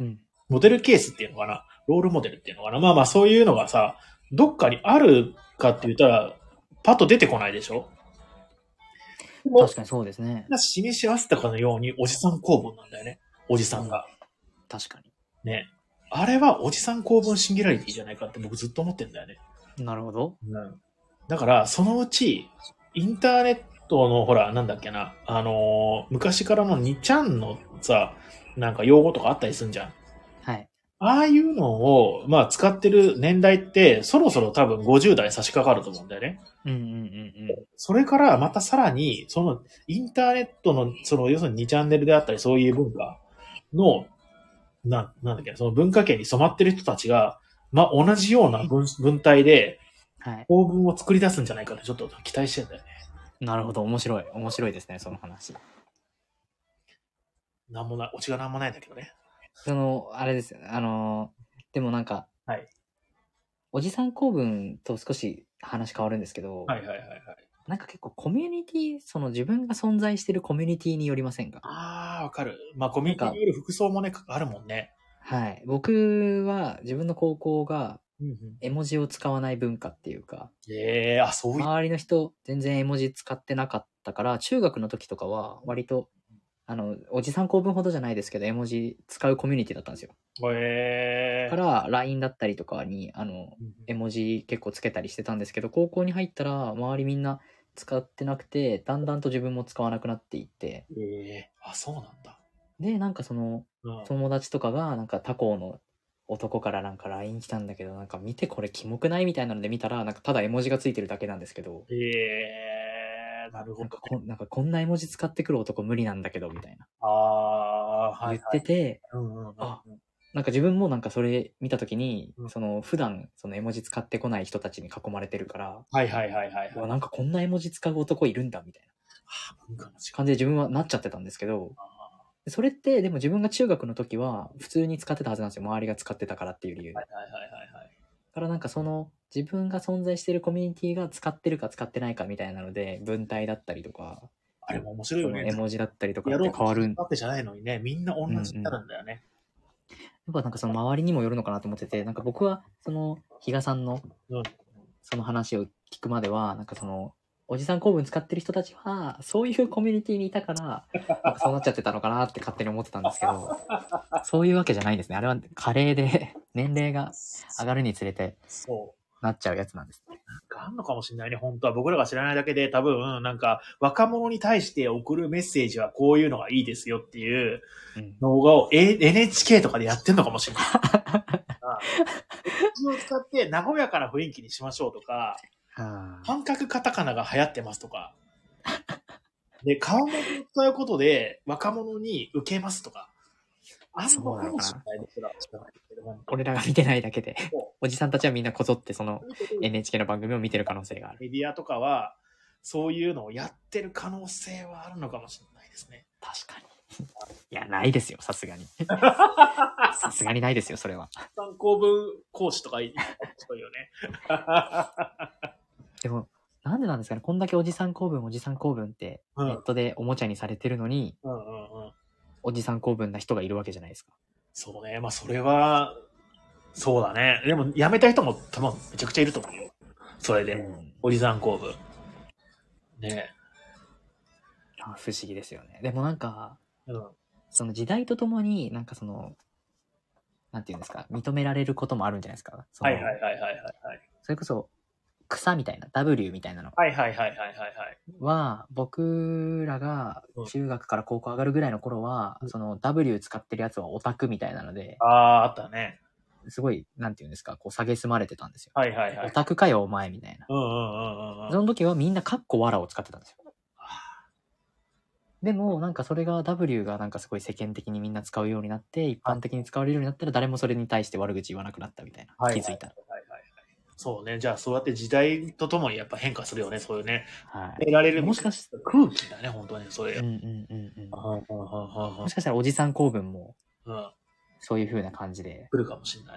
モデルケースっていうのかな、ロールモデルっていうのかな、まあまあそういうのがさ、どっかにあるかって言ったら、パッと出てこないでしょ。 確かにそうですね。 示し合わせたかのようにおじさん公文なんだよね。おじさんが。 うん、確かに。 ね。あれはおじさん公文シンギュラリティじゃないかって僕ずっと思ってんだよね。 なるほど。 うん。だから、そのうち、インターネットのほら、なんだっけな、あのー、昔からのにちゃんのさ、なんか用語とかあったりすんじゃん。 はい。 ああいうのを、まあ使ってる年代って、そろそろ多分ごじゅう代差し掛かると思うんだよね。 うんうんうんうん。 それからまたさらに、そのインターネットの、その要するににチャンネルであったりそういう文化の、な、なんだっけ、その文化圏に染まってる人たちが、まあ同じような文文体で、 はい。 構文を作り出すんじゃないかってちょっと期待してんだよね。 なるほど、面白い。面白いですね、その話。 なんもない、オチがなんもないんだけどね。 その、あれですよね。あの、でもなんか、 はい。 おじさん構文と少し話変わるんですけど、 はいはいはいはい。 なんか結構コミュニティ、その自分が存在してるコミュニティによりませんか？ ああ、わかる。まあコミュニティによる服装もね、あるもんね。 はい。僕は自分の高校がうんうん、 絵文字を使わない文化っていうか、 ええー、あ、そういう。 周りの人全然絵文字使ってなかったから、中学の時とかは割と、あの、おじさん構文ほどじゃないですけど、絵文字使うコミュニティだったんですよ。 ええー。 から、ライン だったりとかに、あの、絵文字結構つけたりしてたんですけど、高校に入ったら、周りみんな使ってなくて、だんだんと自分も使わなくなっていって、 ええー、あ、そうなんだ。 で、なんかその、 うん、 友達とかが、なんか他校の男からなんか ライン 来たんだけど、なんか見てこれキモくないみたいなので見たら、なんかただ絵文字がついてるだけなんですけど、 ええー、なるほど、ね。 なんかこなんかこんな絵文字使ってくる男無理なんだけど、みたいな。 ああ、はい、はい。 言ってて、 うんうんうん、 あ、なんか自分もなんかそれ見たときに、 うん、 その普段その絵文字使ってこない人たちに囲まれてるから、 はいはいはいはい、はい。 なんかこんな絵文字使う男いるんだ、みたいな感じで自分はなっちゃってたんですけど、それってでも自分が中学の時は普通に使ってたはずなんですよ。周りが使ってたからっていう理由で。 はいはいはいはいはい。 だからなんかその自分が存在しているコミュニティが使ってるか使ってないかみたいなので、文体だったりとか、 あれも面白いよね。 その絵文字だったりとかって変わる。 わけじゃないのにね、みんな同じになるんだよね。 うんうん、やっぱなんかその周りにもよるのかなと思ってて、なんか僕はその比嘉さんのその話を聞くまでは、なんかそのおじさん構文使ってる人たちはそういうコミュニティにいたからなんかそうなっちゃってたのかなって勝手に思ってたんですけど、そういうわけじゃないんですね。あれは加齢で年齢が上がるにつれてなっちゃうやつなんですね。 なんかあんのかもしれないね、本当は。僕らが知らないだけで、多分、なんか、若者に対して送るメッセージはこういうのがいいですよっていう動画を、うん、エヌエイチケー とかでやってんのかもしれない。絵文字を使って和やかな雰囲気にしましょうとか、半角カタカナが流行ってますとか、で、顔文字を使うことで若者に受けますとか、あんのかもしれないですら、 俺らが見てないだけで、おじさんたちはみんなこぞってその エヌエイチケー の番組を見てる可能性がある。 メディアとかは、そういうのをやってる可能性はあるのかもしれないですね。 確かに。いや、ないですよ、さすがに。さすがにないですよ、それは。 参考文講師とかいいよね。 でも、なんでなんですかね、こんだけおじさん構文、おじさん構文ってネットでおもちゃにされてるのに、うんうんうん、おじさん構文な人がいるわけじゃないですか。 そうね、まあそれは、そうだね。でも、辞めた人も多分めちゃくちゃいると思うよ。それで、うん、おじさん構文。ねえ。 不思議ですよね。でもなんか、 うん、 その時代とともに、なんかその、なんていうんですか、認められることもあるんじゃないですか。 はいはいはいはいはい。 それこそ、草みたいな、W みたいなの。 はいはいはいはいはい。 は、僕らが中学から高校上がるぐらいの頃は、うん、その W 使ってるやつはオタクみたいなので、 ああ、あったね。 すごい、なんていうんですか、こう、蔑まれてたんですよ。 はいはいはい。 オタクかよ、お前、みたいな。 うんうんうんうん。 その時はみんなカッコわらを使ってたんですよ。でも、なんかそれが W がなんかすごい世間的にみんな使うようになって、一般的に使われるようになったら誰もそれに対して悪口言わなくなったみたいな。はい、気づいたら。はいはいはい。 そうね。じゃあそうやって時代とともにやっぱ変化するよね、そういうね。 はい。 得られるもしかして空気だね、本当にそれ。 うんうんうんうん。もしかしたらおじさん構文も、うん、そういう風な感じで。 来るかもしれない。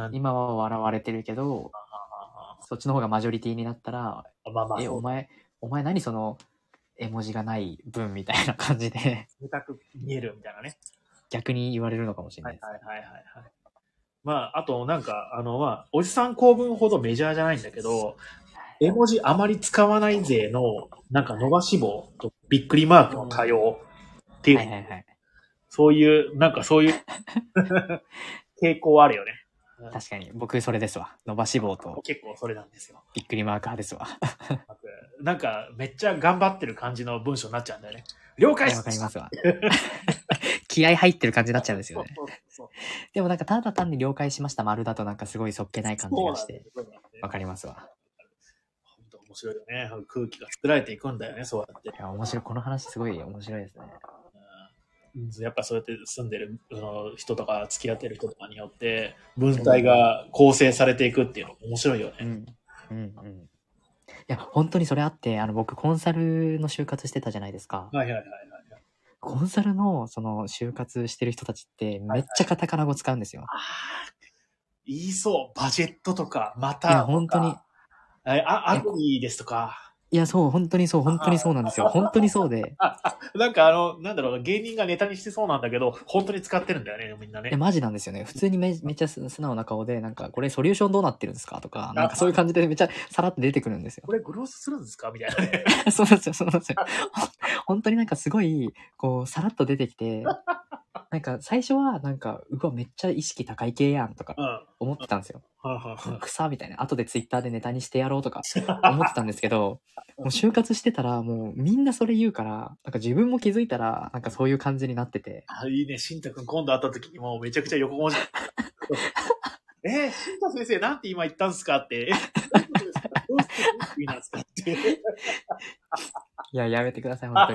今は笑われてるけど、そっちの方がマジョリティになったら、まあまあ、え、お前、お前何その、絵文字がない文みたいな感じで冷たく見えるみたいなね。 逆に言われるのかもしれないです。 はいはいはいはい、はい。 まあ、あとなんか、あの、まあ、おじさん構文ほどメジャーじゃないんだけど、絵文字あまり使わない勢の、なんか伸ばし棒とびっくりマークの多様っていう、 はいはいはい。 そういう、なんかそういう傾向あるよね。 確かに、僕それですわ。伸ばし棒と結構それなんですよ。 びっくりマーカーですわ。 なんか、めっちゃ頑張ってる感じの文章になっちゃうんだよね。了解いや、わかりますわ。気合入ってる感じになっちゃうんですよね。 そうそうそうでもなんかただ単に了解しました丸だとなんかすごいそっけない感じがして。 そうなんだよねわかりますわ。 本当面白いよね。空気が作られていくんだよね、そうやって。 いや、面白い。この話すごい面白いですね。 やっぱそうやって住んでるあの人とか付き合ってる人とかによって文体が構成されていくっていうの面白いよね。 うん。うんうん。いや、本当にそれあって、あの、僕コンサルの就活してたじゃないですか。 はいはいはいはい。 コンサルの、その、就活してる人たちってめっちゃカタカナ語使うんですよ。 ああ、言いそう。バジェットとか、またいや、本当に。 あ、アプリですとか。 いや、そう、本当にそう、本当にそうなんですよ。本当にそうで。 なんかあの、なんだろう、芸人がネタにしてそうなんだけど、本当に使ってるんだよね、みんなね。 いや、マジなんですよね。普通にめめっちゃ素直な顔で、なんか、これソリューションどうなってるんですかとか、なんかそういう感じでめっちゃさらって出てくるんですよ。 これグロースするんですかみたいなね。 そうなんですよ、そうなんですよ。本当になんかすごい、こう、さらっと出てきて、なんか最初はなんか、うわ、めっちゃ意識高い系やんとか思ってたんですよ。 うん、 草みたいな。後でツイッターでネタにしてやろうとか思ってたんですけど、もう就活してたらもうみんなそれ言うから、なんか自分も気づいたら、なんかそういう感じになってて。 あ、いいね、しんたくん今度会った時にもうめちゃくちゃ横文字。えー、しんた先生なんて今言ったんすかって。え、どうしていいなんですかって。 いや、やめてください、本当に。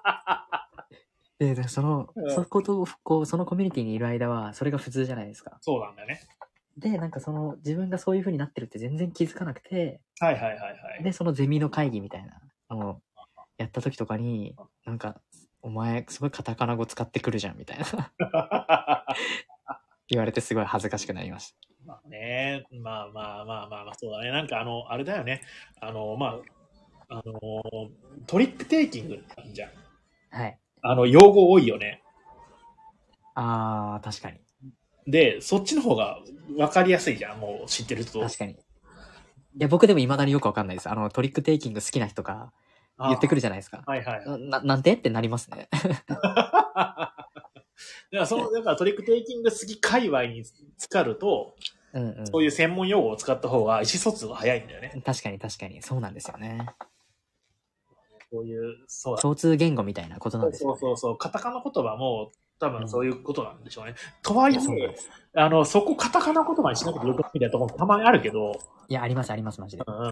で、その、そこと、こう、そのコミュニティにいる間は、それが普通じゃないですか。 そうなんだよね。 で、なんかその、自分がそういう風になってるって全然気づかなくて、 はいはいはいはい。 で、そのゼミの会議みたいなのをやった時とかに、なんか、お前、すごいカタカナ語使ってくるじゃん、みたいな。言われてすごい恥ずかしくなりました。 まあね、まあまあまあまあまあ、そうだね。なんかあの、あれだよね。あの、まあ、あの、トリックテイキングじゃん。 はい。 あの、用語多いよね。 あー、確かに。 で、そっちの方が分かりやすいじゃん、もう知ってると。 確かに。いや、僕でも未だによくわかんないです。あの、トリックテイキング好きな人が言ってくるじゃないですか。 はいはい、はい。 な、なんでってなりますね。 だからその、だからトリックテイキング好き界隈に浸かると、うんうん、そういう専門用語を使った方が意思疎通が早いんだよね。 確かに確かに。そうなんですよね。 こういう、そうだ。 共通言語みたいなことなんですよ、ね。 そうそうそう。カタカナ言葉も多分そういうことなんでしょうね。うん、とはいえ、あの、そこカタカナ言葉にしなくてよくみたいなところもたまにあるけど。 いや、ありますあります、マジで。うん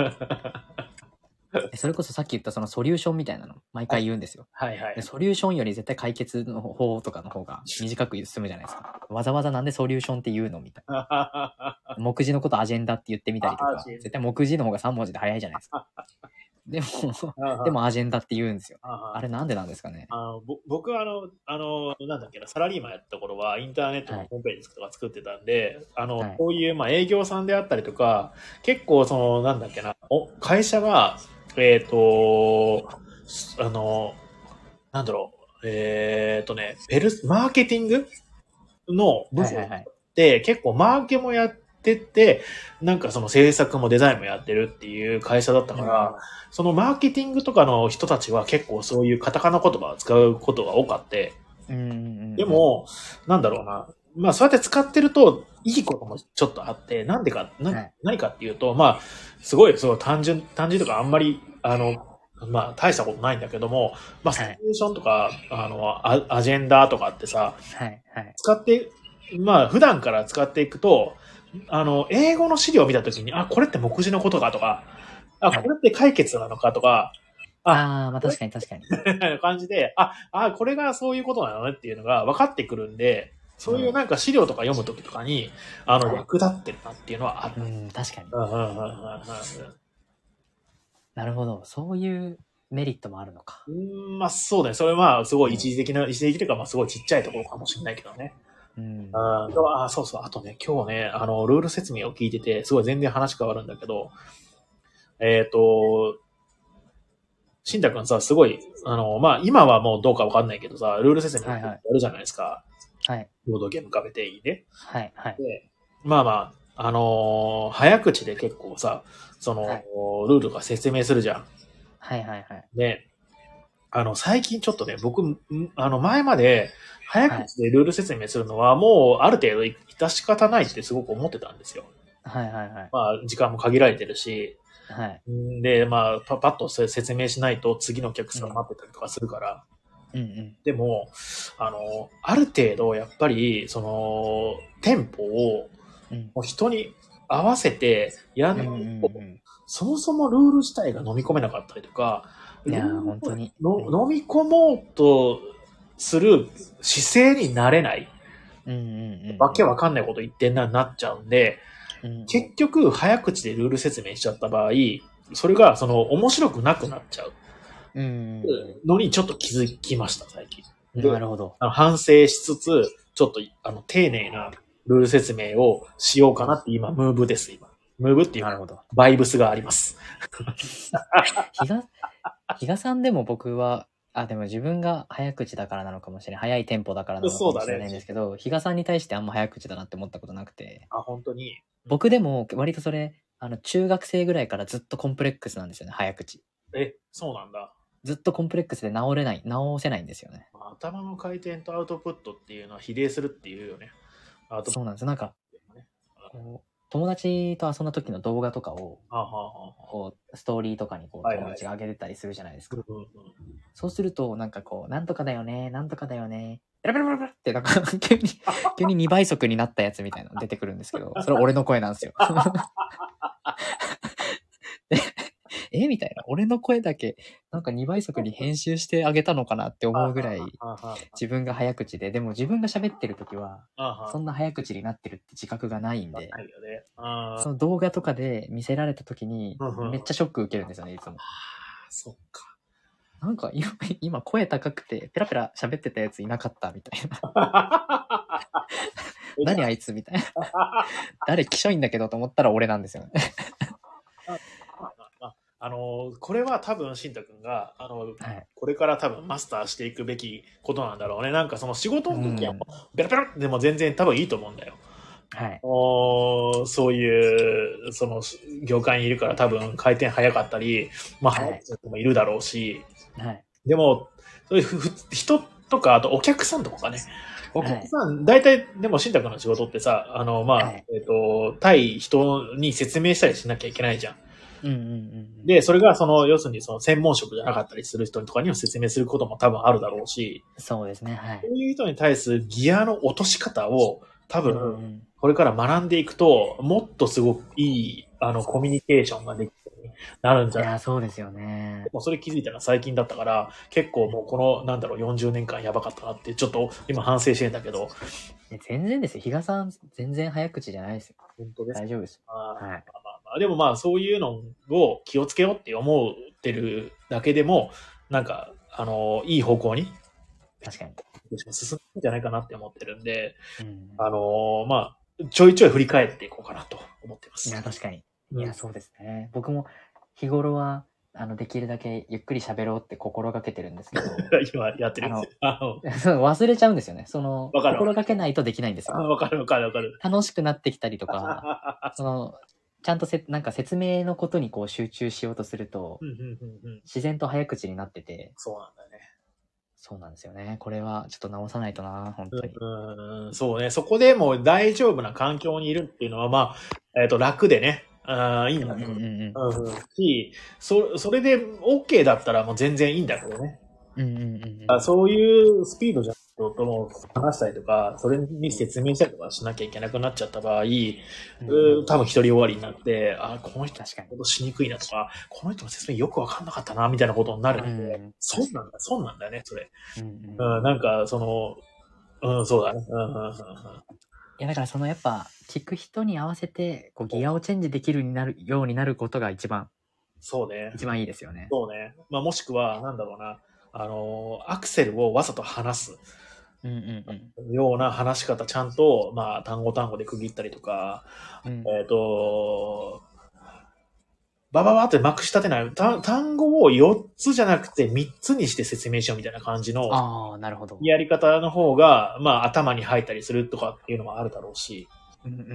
それこそさっき言ったそのソリューションみたいなの毎回言うんですよ。 はいはい、はい。 ソリューションより絶対解決の方とかの方が短く進むじゃないですか。わざわざなんでソリューションって言うのみたいな。目次のことアジェンダって言ってみたりとか、絶対目次の方がさん文字で早いじゃないですか。でも、でもアジェンダって言うんですよ。あれなんでなんですかね。 あの僕はあの、あの、なんだっけな、サラリーマンやった頃はインターネットのホームページとか作ってたんで、はい、あの、はい、こういうまあ営業さんであったりとか、結構その、なんだっけな、お会社が、えっ、ー、と、あの、なんだろう、えっ、ー、とね、ペルス、マーケティングの部署って結構マーケもやってて、なんかその制作もデザインもやってるっていう会社だったから、うん、そのマーケティングとかの人たちは結構そういうカタカナ言葉を使うことが多かって、うんうんうん、でも、なんだろうな、まあそうやって使ってるといいこともちょっとあって、なんでか、な、はい、何かっていうと、まあ、すごい、そう単純、単純とかあんまり、あの、まあ大したことないんだけども、まあソリューションとか、はい、あのア、アジェンダとかってさ、はいはい、使って、まあ普段から使っていくと、あの、英語の資料を見たときに、あ、これって目次のことかとか、あ、これって解決なのかとか、 ああ、まあ確かに確かに。 感じで、あ、あ、これがそういうことなのねっていうのが分かってくるんで、そういうなんか資料とか読むときとかに、あの、役立ってるなっていうのはある。 うん、確かに。なるほど。そういうメリットもあるのか。 うん、まあそうだね。それはすごい一時的な、うん、一時的というか、まあすごいちっちゃいところかもしれないけどね。うん、あ, あ、そうそう。あとね、今日ね、あの、ルール説明を聞いてて、すごい全然話変わるんだけど、えっ、ー、と、しんたくんさ、すごい、あの、まあ、今はもうどうかわかんないけどさ、ルール説明やるじゃないですか。はいはい、 はい。 ボードゲームカフェ店員ね。 はい。はい。 で、まあまあ、あのー早口で結構さ、その、 はいルールが説明するじゃん。 はいはいはい。 で、あの、最近ちょっとね、僕、んあの、前まで、早はい。 口でルール説明するのは、もう、ある程度、致し方ないってすごく思ってたんですよ。 はいはいはい。 まあ、時間も限られてるし、 はい。 んで、まあ、パパッとそれ説明しないと次のお客さんうん待ってたりとかするから、 うんうん。 でも、あの、ある程度、やっぱり、その、テンポを、 うんもう人に合わせてやんうんうないと、 んうそもそもルール自体が飲み込めなかったりとか、 ん。いルーやー、 ル本当に。 の飲み込もうとする姿勢になれない。 うんうんうんうん。 わけわかんないこと言ってんな、なっちゃうんで、 うん結局、早口でルール説明しちゃった場合、それが、その、面白くなくなっちゃううんうんのにちょっと気づきました、最近。 うん。 で、 なるほど。 あの反省しつつ、ちょっと、あの、丁寧なルール説明をしようかなって今、ムーブです、今。ムーブっていうか、 なるほど。 バイブスがあります。 比嘉、比嘉さんでも僕は、あ、でも自分が早口だからなのかもしれない。早いテンポだからなのかもしれないんですけど、比嘉さんに対してあんま早口だなって思ったことなくて、 あ、本当に。 僕でも割とそれ、あの、中学生ぐらいからずっとコンプレックスなんですよね、早口。 え、そうなんだ。 ずっとコンプレックスで直れない、直せないんですよね。 頭の回転とアウトプットっていうのは比例するっていうよね。アウトプッそうなんです。なんか、 トね。 こう、友達と遊んだ時の動画とかを、 はあ、はあはあ、 こう、ストーリーとかにこう、 はいはい友達が上げてたりするじゃないですか。 うんうんうん、 そうすると、なんかこう、なんとかだよね、なんとかだよね、ペラペラペラペラって、なんか急に、急ににばい速になったやつみたいなの出てくるんですけど、それ俺の声なんですよ。でえみたいな。俺の声だけ、なんかにばい速に編集してあげたのかなって思うぐらい、自分が早口で、でも自分が喋ってる時は、そんな早口になってるって自覚がないんで、 ないよね。あその動画とかで見せられた時にうんうん、 めっちゃショック受けるんですよね、いつも。 そっか。 なんか今、今声高くてペラペラ喋ってたやついなかったみたいな。何あいつみたいな。誰きしょいんだけどと思ったら俺なんですよね。 あの、これは多分、しんたくんが、あの、 はい、 これから多分マスターしていくべきことなんだろうね。なんかその仕事の時はうん、 ペラペラでも全然多分いいと思うんだよ。 はい。 おそういう、その、業界にいるから多分回転早かったり、まあ、 はい早い人もいるだろうし、 はい。 でも、そういうふふ人とか、あとお客さんとかがね、お客さん、大体、でも、しんたくんの仕事ってさ、あの、まあ、 はいえっ、と、対人に説明したりしなきゃいけないじゃん。 うんうんうんうん。 で、それがその、要するにその専門職じゃなかったりする人とかにも説明することも多分あるだろうし、 そうですね、はい。 そういう人に対するギアの落とし方を多うんう分、 ん、 これから学んでいくと、もっとすごくいい、あの、コミュニケーションができるようになるんじゃない。 いや、そうですよね。 もうそれ気づいたのは最近だったから、結構もうこの、なんだろう、よんじゅうねんかんやばかったなって、ちょっと今反省してんだけど。 全然ですよ。比嘉さん、全然早口じゃないですよ。 本当ですか。 大丈夫ですよ。 あ、 はい。 まあまあまあ、でもまあ、そういうのを気をつけようって思ってるだけでも、なんか、あの、いい方向に確かに。 進むんじゃないかなって思ってるんで、 うん、 あの、まあ、ちょいちょい振り返っていこうかなと思ってます。 いや、確かに。 うん、 いや、そうですね。僕も日頃は、あの、できるだけゆっくり喋ろうって心がけてるんですけど、 今やってる。 あのあのそう忘れちゃうんですよね。その、 わかる心がけないとできないんですよ。 わかるわかるわかる。 楽しくなってきたりとか、その、ちゃんとせ、なんか説明のことにこう集中しようとすると、 うんうんうんうん、 自然と早口になってて、 そうなんだよね。 そうなんですよね。これはちょっと直さないとな、本当に。 うん、そうね。そこでもう大丈夫な環境にいるっていうのは、まあ、えっ、と、楽でね、あいいんだけど、 うんうんうんうん、し、そ、それで OK だったらもう全然いいんだけどね。 うんうんうんうん。 あそういうスピードじゃ人とも話したりとか、それに説明したりとかしなきゃいけなくなっちゃった場合、 うんうん多分一人終わりになって、あ、この人確かに。 ことしにくいなとか、この人の説明よくわかんなかったな、みたいなことになるんで、 うんそうなんだ、そうなんだね、それ。 うんうんうん、なんか、その、うん、そうだね。うんうんうんうんいやだからそのやっぱ聞く人に合わせてこうギアをチェンジできるようになるようになることが一番そうね。 一番いいですよね。 そうね。まあ、もしくは、なんだろうな、あの、アクセルをわざと離すうんうんうん。 ような話し方、ちゃんと、まあ、単語単語で区切ったりとか、 うんえっ、と、 バババってまくし立てない。た単語をよっつじゃなくてみっつにして説明しようみたいな感じのああ、なるほど。 やり方の方が、まあ頭に入ったりするとかっていうのもあるだろうし、 うんうんうん。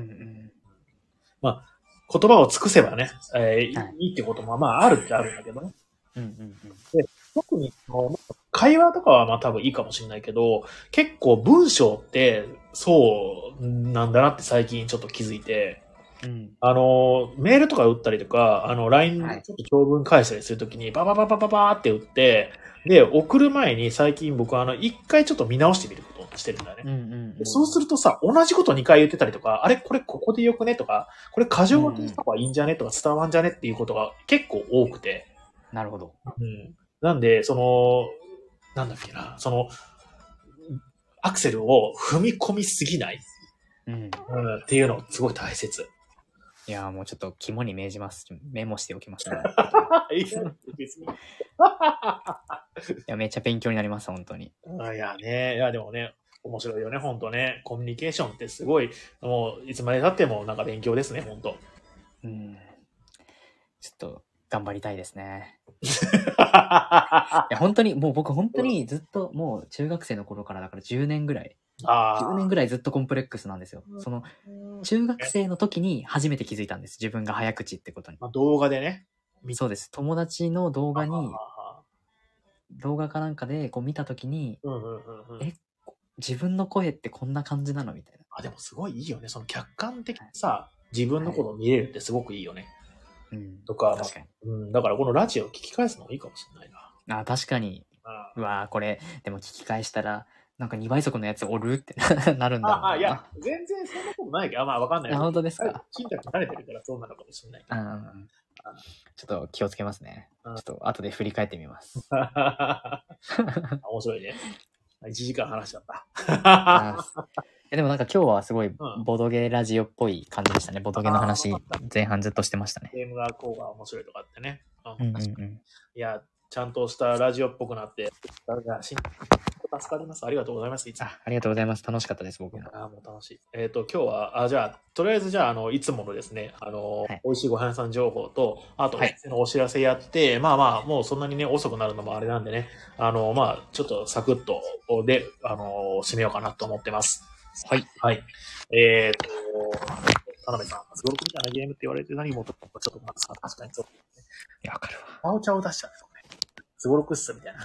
まあ言葉を尽くせばね、えーはいいいってこともまああるってあるんだけどね。 うんうんうん。 で特にその会話とかはまあ多分いいかもしれないけど、結構文章ってそうなんだなって最近ちょっと気づいて、 うん。 あの、メールとか打ったりとか、あの、ラインはいちょっと長文返したりするときに、ババババババーって打って、で、送る前に最近僕はあの、一回ちょっと見直してみることをしてるんだね。 うんうんうん。 そうするとさ、同じことにかい言ってたりとか、あれこれここでよくねとか、これ箇条書きした方がいいんじゃねとか伝わんじゃねっていうことが結構多くて。 なるほど。 うん。なんで、その、なんだっけな、その、アクセルを踏み込みすぎない、 うん。 うん、っていうのすごい大切。 いやーもうちょっと肝に銘じます。メモしておきますね。 いや、別に。 いや、めっちゃ勉強になります、本当に。 いやね、いやでもね、面白いよね、本当ね。コミュニケーションってすごい、もういつまで経ってもなんか勉強ですね、本当。 うん。ちょっと頑張りたいですね。いや、本当に、もう僕本当にずっともう中学生の頃からだからじゅうねんぐらい、 あじゅうねんぐらいずっとコンプレックスなんですよ。その、中学生の時に初めて気づいたんです。自分が早口ってことに。 まあ、動画でね。 そうです。友達の動画に、 あ動画かなんかでこう見た時に、 うんうんうんうん、 え、自分の声ってこんな感じなのみたいな。 あ、でもすごいいいよね。その客観的にさ、自分のことを見れるってすごくいいよね。 はい、うん。 とか、 確かに。 うん、だからこのラジオを聞き返すのもいいかもしれないな。 あ、確かに。 あうわーこれ、でも聞き返したら、なんかにばい速のやつおるってなるんだろうな。 あ、いや、全然そんなことないけど、あ、まあわかんない。 あ、本当ですか。 新宅慣れてるからそうなのかもしれないけど。 うん。ちょっと気をつけますね。ちょっと後で振り返ってみます。 面白いね。いちじかん話しちゃった。 えでもなんか今日はすごいボドゲラジオっぽい感じでしたね。ボドゲの話前半ずっとしてましたね。 ゲームがこうが面白いとかってね。 うんうんうん、 いや、ちゃんとしたラジオっぽくなって、助かります。ありがとうございます。いつもあ, ありがとうございます。楽しかったです、僕も。 あもう楽しい。えっ、ー、と、今日は、あ、じゃあ、とりあえずじゃあ、あの、いつものですね、あの、はい、美味しいごはん屋さん情報と、あと、のお知らせやって、はい、まあまあ、もうそんなにね、遅くなるのもあれなんでね、あの、まあ、ちょっとサクッとで、あの、締めようかなと思ってます。 はい。 はい。えっ、ー、と、田辺さん、すごくみたいなゲームって言われて何もちょっと、まあ、確かにそう、ね。 いや、わかるわ。 青茶を出しちゃうね。すごろくっすみたいな。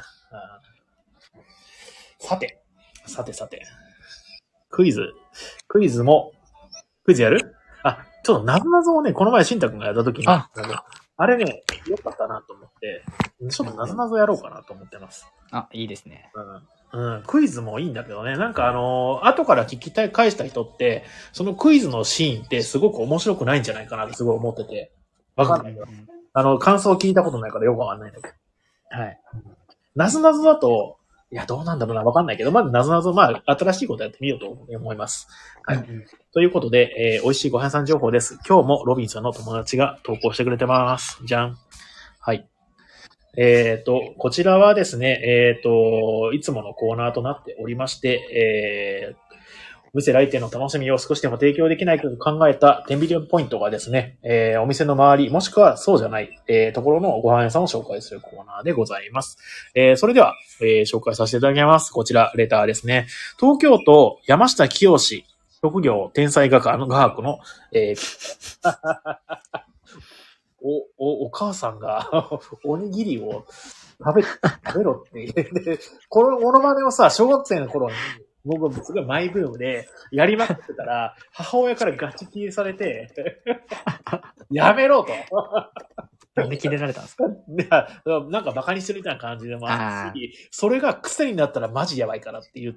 さて、さてさて。クイズ。クイズも、クイズやる？あ、ちょっとなぞなぞをね、この前新太くんがやった時に、あ, あれね、よかったなと思って、ちょっとなぞなぞやろうかなと思ってます。 あ、いいですね。 うん。うん、クイズもいいんだけどね、なんかあのー、後から聞きたい、返した人って、そのクイズのシーンってすごく面白くないんじゃないかなってすごい思ってて、わかんないけど、うんうんうん、あの、感想を聞いたことないからよくわかんないんだけど。 はい。 なぞなぞだと、いや、どうなんだろうな、わかんないけど、まずなぞなぞ、まあ、新しいことやってみようと思います。はい。うんうん、ということで、えー、美味しいごはん屋さん情報です。今日もロビンさんの友達が投稿してくれてます。じゃん。はい。えっ、ー、と、こちらはですね、えっ、ー、と、いつものコーナーとなっておりまして、えー、お店来店の楽しみを少しでも提供できないと考えたテンビリオンポイントがですね、えー、お店の周り、もしくはそうじゃない、えー、ところのご飯屋さんを紹介するコーナーでございます。えー、それでは、えー、紹介させていただきます。こちら、レターですね。東京都山下清志、職業天才画家の画伯の、えー、お、お、お母さんがおにぎりを食べ、食べろって言って、このモノマネをさ、小学生の頃に、僕すごいマイブームでやりまくってたら、母親からガチ切れされて、やめろと。 なんで切れられたんですか？ なんかバカにしてるみたいな感じでもあるし、それが癖になったらマジやばいからって言って、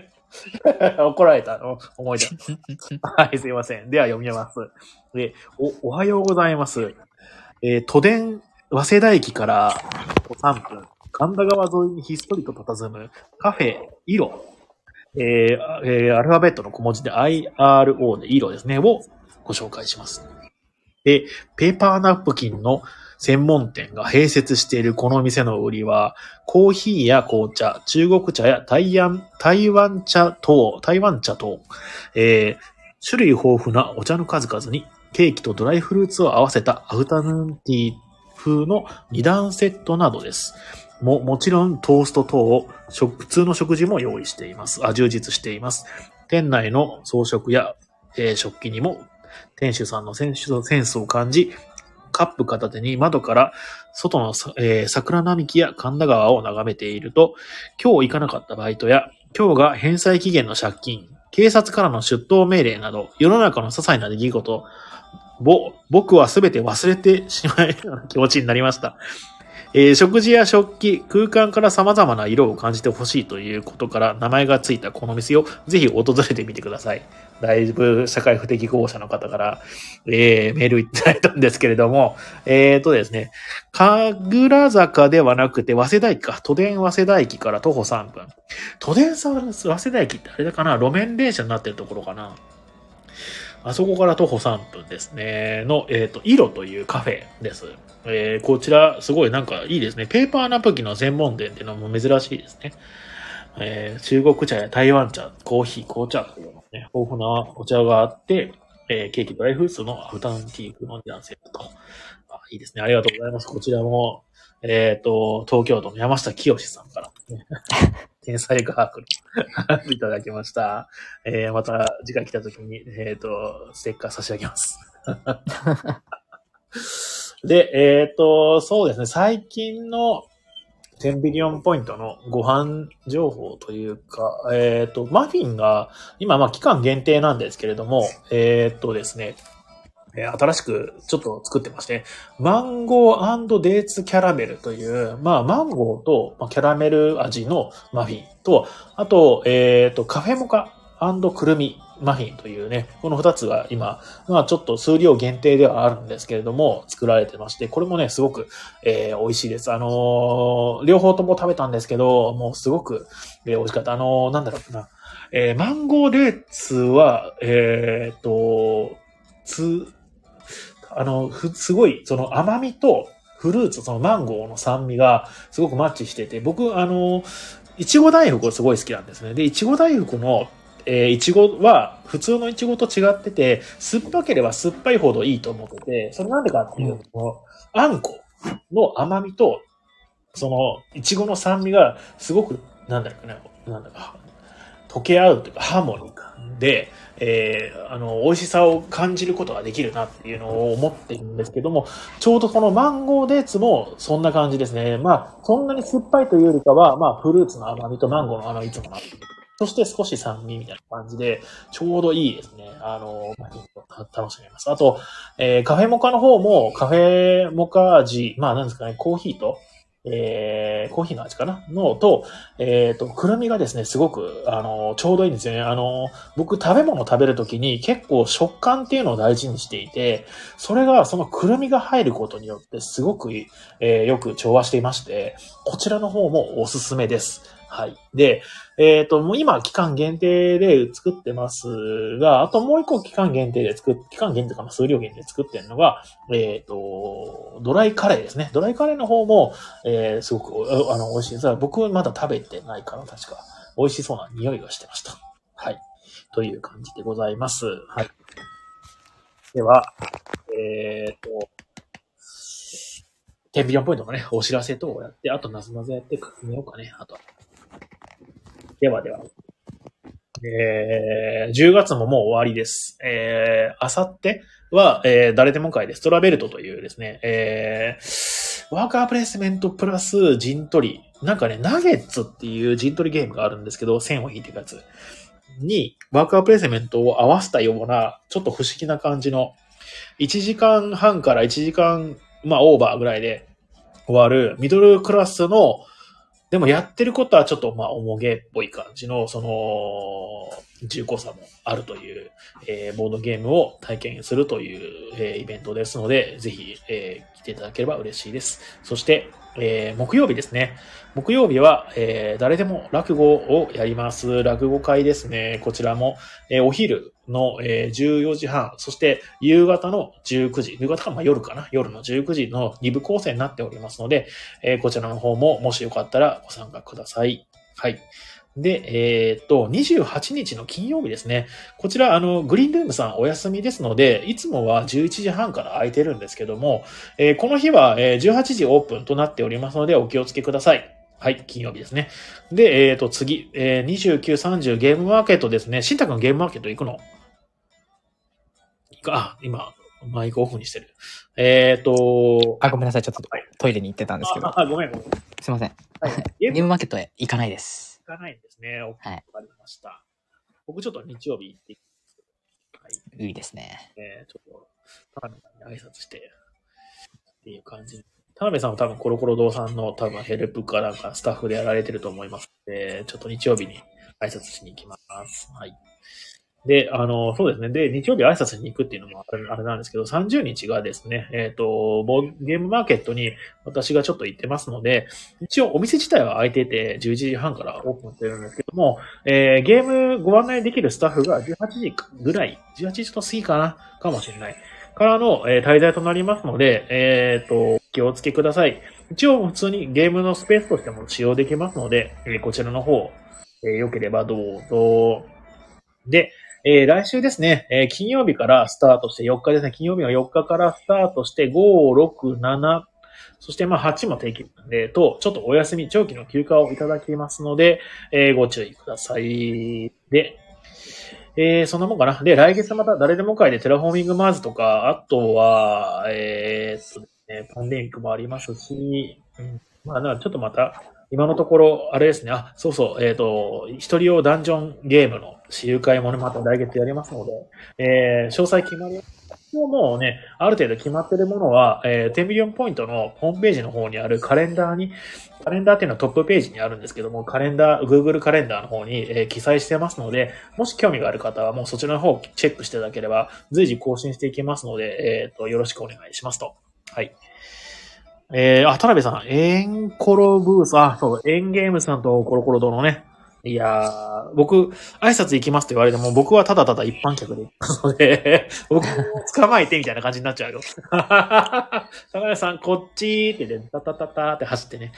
怒られたの思い出。はい、すいません。では読みます。で、お、おはようございます。えー、都電早稲田駅からさんぷん、神田川沿いにひっそりと佇むカフェイロ。えーえー、アルファベットの小文字で アイアールオー で色ですね、をご紹介します。で、ペーパーナプキンの専門店が併設しているこの店の売りは、コーヒーや紅茶、中国茶や台湾、台湾茶等、台湾茶等、えー、種類豊富なお茶の数々にケーキとドライフルーツを合わせたアフタヌーンティー風のに段セットなどです。も、もちろんトースト等を食、普通の食事も用意しています。あ、充実しています。店内の装飾や、えー食器にも店主さんのセンスセンスを感じ、カップ片手に窓から外のさ、えー桜並木や神田川を眺めていると、今日行かなかったバイトや、今日が返済期限の借金、警察からの出頭命令など、世の中の些細な出来事、ぼ、僕はすべて忘れてしまいような気持ちになりました。えー食事や食器、空間から様々な色を感じてほしいということから名前がついたこの店をぜひ訪れてみてください。だいぶ社会不適合者の方から、えーメールいただいたんですけれども、えーとですね、神楽坂ではなくて早稲田駅か、都電早稲田駅から徒歩さんぷん。都電早稲田駅ってあれだかな、路面電車になってるところかな。あそこから徒歩さんぷんですね。の、えっと、色というカフェです。えーこちら、すごいなんかいいですね。ペーパーナプキンの専門店っていうのも珍しいですね。えー中国茶や台湾茶、コーヒー、紅茶というのね、豊富なお茶があって、えーケーキ、ドライフルーツのアフタヌーンティー風の男性と。あいいですね。ありがとうございます。こちらも、えっと、東京都の山下清さんから、ね、天才ガークルいただきました。えーまた次回来た時に、えっと、ステッカー差し上げます。で、えっと、そうですね、最近のじゅうビリオンポイントのご飯情報というか、えっと、マフィンが、今、まあ、期間限定なんですけれども、えっとですね、えー新しくちょっと作ってまして、マンゴー&デーツキャラメルという、まあ、マンゴーとまあキャラメル味のマフィンと、あと、えっと、カフェモカ&くるみマフィンというね、この二つが今、まあちょっと数量限定ではあるんですけれども、作られてまして、これもね、すごく、えー美味しいです。あのー両方とも食べたんですけど、もうすごく、えー美味しかった。あのーなんだろうな、えーマンゴーデーツは、えっと、つ、あの、ふ、すごい、その甘みとフルーツ、そのマンゴーの酸味がすごくマッチしてて、僕、あの、いちご大福すごい好きなんですね。で、いちご大福の、えーいちごは普通のいちごと違ってて、酸っぱければ酸っぱいほどいいと思ってて、それなんでかっていうと、あんこの甘みと、その、いちごの酸味がすごく、なんだろうかな、なんだか、溶け合うというか、ハーモニカで、えー、あの、美味しさを感じることができるなっていうのを思っているんですけども、ちょうどこのマンゴーデーツもそんな感じですね。まあ、そんなに酸っぱいというよりかは、まあ、フルーツの甘みとマンゴーの甘みとか、そして少し酸味みたいな感じで、ちょうどいいですね。あの、まあ楽しめます。あと、えーカフェモカの方も、カフェモカ味、まあ、なんですかね、コーヒーと、えー、コーヒーの味かなのと、えっと、くるみがですね、すごく、あの、ちょうどいいんですよね。あの、僕、食べ物を食べるときに結構食感っていうのを大事にしていて、それが、そのくるみが入ることによって、すごく、えーよく調和していまして、こちらの方もおすすめです。はい。で、えっと、もう今、期間限定で作ってますが、あともう一個期間限定で作っ、期間限定かな、数量限定で作ってるのが、えっと、ドライカレーですね。ドライカレーの方も、えー、すごく、ああの、美味しいです。僕まだ食べてないかな、確か。美味しそうな匂いがしてました。はい。という感じでございます。はい。では、えっと、テンビリオンポイントのね、お知らせ等をやって、あとなぞなぞやってみようかね。あとは。ではでは。えー、じゅうがつももう終わりです。えー、あさっては、えー、誰でも会でストラベルトというですね、えー、ワーカープレイスメントプラス陣取り。なんかね、ナゲッツっていう陣取りゲームがあるんですけど、線を引いていくやつに、ワーカープレイスメントを合わせたような、ちょっと不思議な感じの、いちじかんはんからいちじかん、まあ、オーバーぐらいで終わるミドルクラスの、でもやってることはちょっとまあ重げっぽい感じの、その、重厚さもあるという、えーボードゲームを体験するという、えーイベントですので、ぜひ、えー来ていただければ嬉しいです。そして、えー木曜日ですね。木曜日は、えー誰でも落語をやります。落語会ですね。こちらも、えーお昼の、えーじゅうよじはん、そして夕方のじゅうくじ、夕方か、まあ、夜かな、夜のじゅうくじのに部構成になっておりますので、えーこちらの方ももしよかったらご参加ください。はい。 で、えーっと、にじゅうはちにちの金曜日ですね。こちら、あの、グリーンルームさんお休みですので、いつもはじゅういちじはんから空いてるんですけども、えーこの日は、えーじゅうはちじオープンとなっておりますので、お気をつけください。はい、金曜日ですね。で、えーっと、次、えーにじゅうく、さんじゅうゲームマーケットですね。しんたくんゲームマーケット行くの？行くあ、今、マイクオフにしてる。えーっと、 あ、ごめんなさい。ちょっとはいトイレに行ってたんですけど。 あ、あごめんごめん。 すいません。 はい、ゲームゲームマーケットへ行かないです。 行かないんですね。わはい。 かりました。僕ちょっと日曜日行ってきますけど、はい。 いいですね。 えーちょっと、田辺さんに挨拶して、っていう感じ。田辺さんは多分コロコロ堂さんの多分ヘルプかなんかスタッフでやられてると思いますので、ちょっと日曜日に挨拶しに行きます。はい。で、あの、そうですね。で、日曜日挨拶に行くっていうのもあれあれなんですけど、さんじゅうにちがですね、えっ、と、ボードゲームマーケットに私がちょっと行ってますので、一応お店自体は開いてて、じゅういちじはんからオープンしてるんですけども、えーゲームご案内できるスタッフがじゅうはちじぐらい、じゅうはちじちょっと過ぎかな、かもしれない。からの、えー滞在となりますので、えっ、と、気をつけください。一応普通にゲームのスペースとしても使用できますので、えーこちらの方、えー良ければどうぞ。で、えー来週ですね、えー金曜日からスタートしてよっかですね、金曜日はよっかからスタートしてご、ろく、しち、そしてまあはちも定期なんで、と、ちょっとお休み、長期の休暇をいただきますので、えーご注意ください。で、えーそんなもんかな。で、来月また誰でも会でテラフォーミングマーズとか、あとは、えーっとですね、パンデミックもありますし、うん、まあ、だからちょっとまた、今のところ、あれですね、あ、そうそう、えーっと、一人用ダンジョンゲームの私有会もね、また来月やりますので、えー詳細決まりもうね、ある程度決まってるものは、えー、じゅうミリオンポイントのホームページの方にあるカレンダーに、カレンダーっていうのはトップページにあるんですけども、カレンダー、Google カレンダーの方に、えー記載してますので、もし興味がある方はもうそちらの方をチェックしていただければ、随時更新していきますので、えっ、と、よろしくお願いしますと。はい。えー、あ、田辺さん、エンコロブース、あ、そう、エンゲームさんとコロコロ堂のね、いやー、僕、挨拶行きますと言われても、僕はただただ一般客で行きますので、僕を捕まえてみたいな感じになっちゃうよ。田辺さん、こっちーってね、タタタタって走ってね。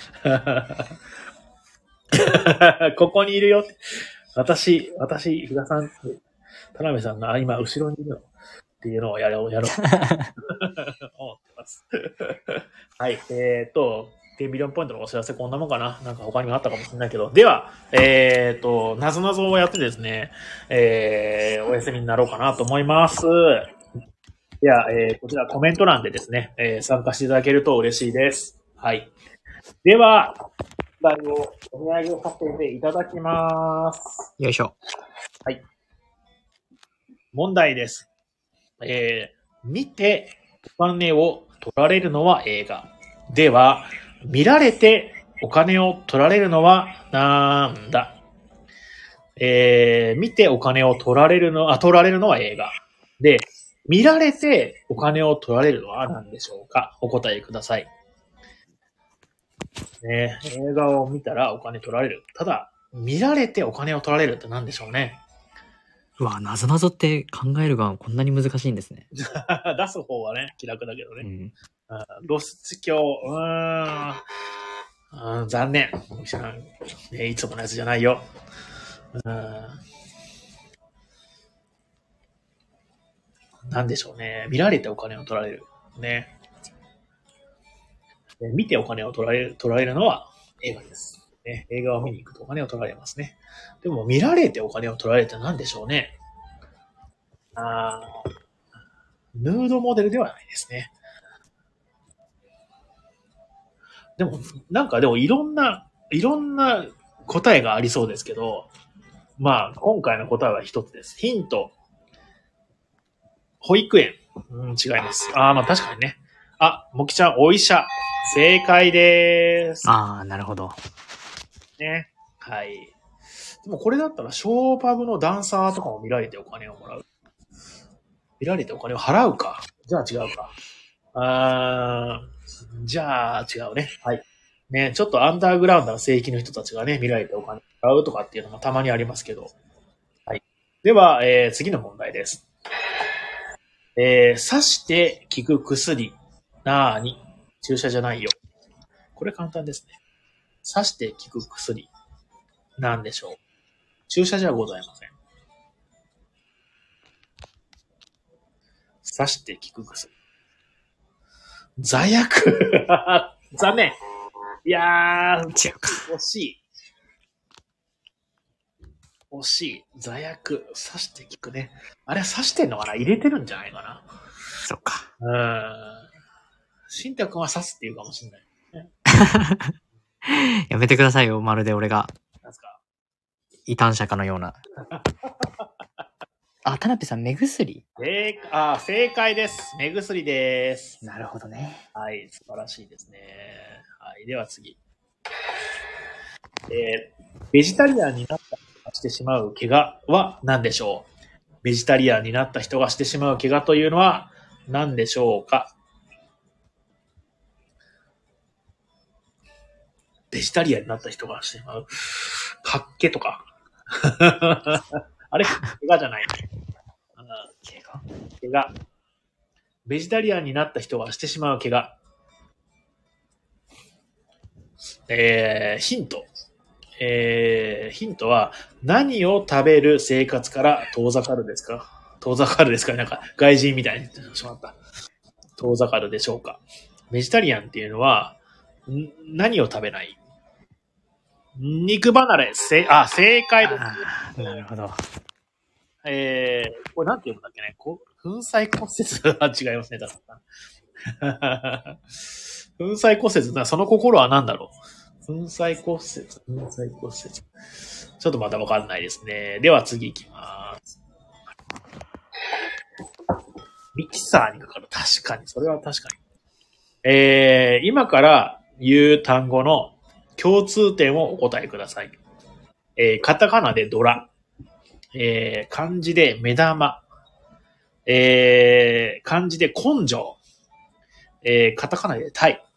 ここにいるよって。私、私、比嘉さんって、田辺さんが今後ろにいるのっていうのをやろう、やろう。思ってます。はい。えっ、と、じゅうミリオンポイントのお知らせこんなもんかな。なんか他にもあったかもしれないけど。では、えっ、と、なぞなぞをやってですね、えー、お休みになろうかなと思います。では、えー、こちらコメント欄でですね、えー、参加していただけると嬉しいです。はい。では、題をお土産をさせていただきます。 よいしょ。 はい。問題です。えー、見てお金を取られるのは映画。では、見られてお金を取られるのはなんだ？えー、見てお金を取られるの、あ、取られるのは映画。で、見られてお金を取られるのは何でしょうか？お答えください。ね、映画を見たらお金取られる。ただ、見られてお金を取られるって何でしょうね。 うわ、なぞなぞって考えるがこんなに難しいんですね。 出す方はね、気楽だけどね。 うん。 あ露出狂、うーん。うん、残念。ね、いつものやつじゃないよ。うん。なんでしょうね。見られてお金を取られる。ね。で見てお金を取られる、取られるのは映画です。ね、映画を見に行くとお金を取られますね。でも見られてお金を取られるって何でしょうね。あー、ヌードモデルではないですね。でも、なんかでもいろんな、いろんな答えがありそうですけど、まあ、今回の答えは一つです。ヒント。保育園。うん、違います。ああ、まあ確かにね。あ、もきちゃん、お医者。正解でーす。 ああ、なるほど。 ね。はい。でもこれだったら、ショーパブのダンサーとかも見られてお金をもらう。見られてお金を払うか。じゃあ違うか。あー、じゃあ違うね。はい。ね、ちょっとアンダーグラウンドの聖域の人たちがね、見られてお金をもらうとかっていうのもたまにありますけど。はい。では、えー、次の問題です。えー、刺して効く薬。なーに？注射じゃないよ。これ簡単ですね。刺して効く薬。なんでしょう。 注射じゃございません。刺して効く薬。座薬残念。いやー、 違うか。 惜しい。惜しい。座薬。刺して効くね。あれは刺してんのかな？入れてるんじゃないかな。 そうか。 うーん。しんたくんは刺すっていうかもしれない。 やめてくださいよ、まるで俺がなんすか？ 異端者かのような。あ、田辺さん、目薬？ 正解、あ、正解です。目薬です。 なるほどね。 はい、素晴らしいですね。はい、では次。えー、ベジタリアンになった人がしてしまう怪我は何でしょう？ベジタリアンになった人がしてしまう怪我というのは何でしょうか？ベジタリアンになった人がしてしまう。かっけとか。あれ、怪我じゃない。 怪我？ 怪我。ベジタリアンになった人がしてしまう怪我。えー、ヒント。えー、ヒントは、何を食べる生活から遠ざかるですか？遠ざかるですか？なんか、外人みたいに言ってしまった。遠ざかるでしょうか？ベジタリアンっていうのは、ん何を食べない？肉離れ。せ、あ、正解です。 あー、なるほど。 えー、これなんて読むんだっけね。こ粉砕骨折は違いますね、だから粉砕骨折な、その心は何だろう。粉砕骨折、粉砕骨折。ちょっとまだわかんないですね。では次行きます。ミキサーにかかる。確かに、それは確かに。えー、今から言う単語の共通点をお答えください。えー、カタカナでドラ。えー、漢字で目玉。えー、漢字で根性。えー、カタカナでタイ。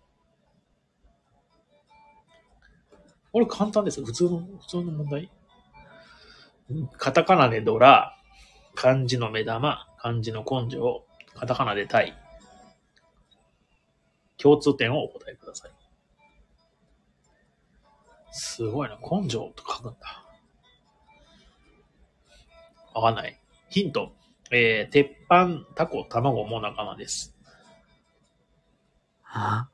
これ簡単ですよ。普通の、普通の問題。カタカナでドラ、漢字の目玉、漢字の根性、カタカナでタイ。共通点をお答えください。すごいな。根性と書くんだ。わかんない。ヒント。えー、鉄板、タコ、卵も仲間です。 あ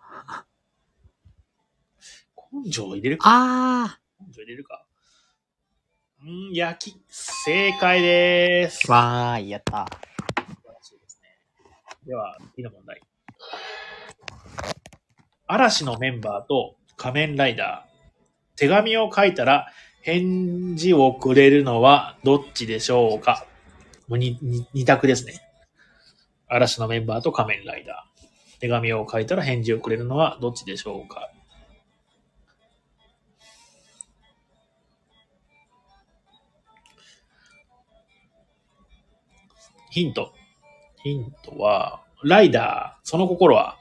根性入れるか？ あ根性入れるか？んー、焼き。正解でーす。 ー。わーい、やった。 素晴らしいですね。では、次の問題。嵐のメンバーと仮面ライダー。手紙を書いたら返事をくれるのはどっちでしょうか？もうに、に、二択ですね。嵐のメンバーと仮面ライダー。手紙を書いたら返事をくれるのはどっちでしょうか？ヒント。ヒントは、ライダー、その心は、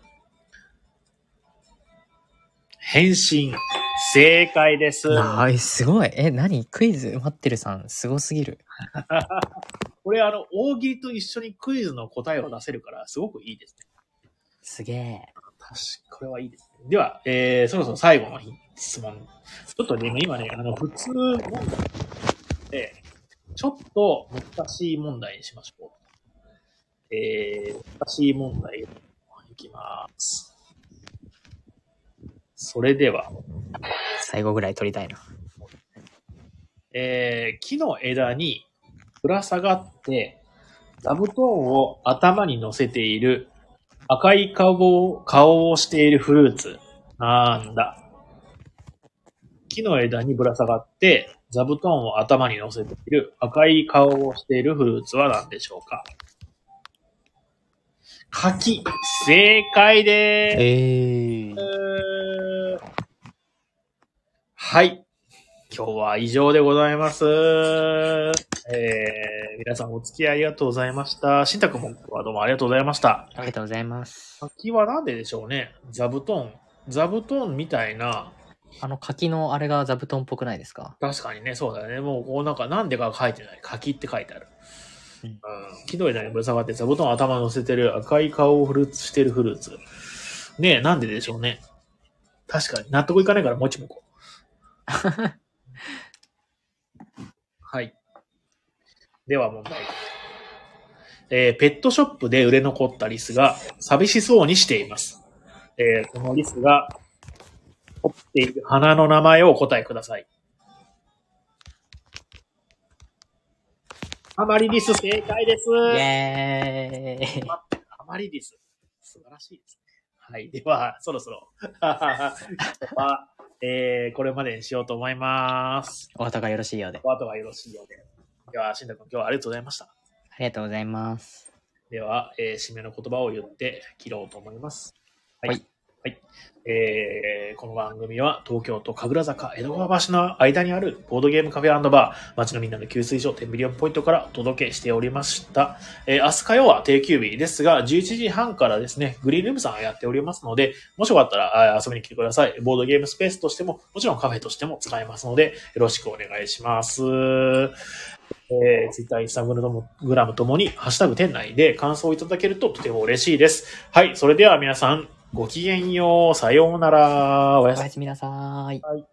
返信。正解です。 あー、すごい。え、何クイズ待ってるさん、すごすぎる。 これあの、大喜利と一緒にクイズの答えを出せるから、すごくいいですね。 すげえ。 確かこれはいいですね。では、えー、そろそろ最後の質問。ちょっとね、今ね、あの、普通問題で、ちょっと難しい問題にしましょう。えー、難しい問題いきます。それでは、 最後ぐらい取りたいな。 えー、木の枝にぶら下がって、座布団を頭に乗せている赤い顔を、顔をしているフルーツ。なんだ。木の枝にぶら下がって、座布団を頭に乗せている赤い顔をしているフルーツは何でしょうか？柿。正解でーす。 えー。 はい。今日は以上でございます。えー、皆さんお付き合いありがとうございました。しんたくんもはどうもありがとうございました。 ありがとうございます。 柿はなんででしょうね。座布団。座布団みたいな。 あの柿のあれが座布団っぽくないですか？ 確かにね、そうだね。もうこうなんかなんでか書いてない。柿って書いてある。 うんうん、木の枝にぶら下がって座布団を頭に乗せてる赤い顔をフルーツしてるフルーツ。ねえ、なんででしょうね。確かに納得いかないからもう一問こう。 はい。では問題。えー、ペットショップで売れ残ったリスが寂しそうにしています。えー、このリスが持っている花の名前をお答えください。アマリリス正解です。イェーイ。 アマリリス。素晴らしいですね。はい。では、そろそろ、えー、これまでにしようと思います。 お後がよろしいようで。 お後がよろしいようで。では、しんたくん、今日はありがとうございました。 ありがとうございます。 では、えー、締めの言葉を言って切ろうと思います。はい。 はい。 はい、えー、この番組は東京都神楽坂江戸川橋の間にあるボードゲームカフェ&バー、街のみんなの給水所テンビリオンポイントからお届けしておりました。えー、明日火曜は定休日ですが、じゅういちじはんからですね、グリーンルームさんがやっておりますので、もしよかったら遊びに来てください。ボードゲームスペースとしても、もちろんカフェとしても使えますので、よろしくお願いします。えー、ツイッター、インスタグラムともに、ハッシュタグ店内で感想をいただけるととても嬉しいです。はい、それでは皆さん、ごきげんよう。さようなら。 おやすみなさい。 はい。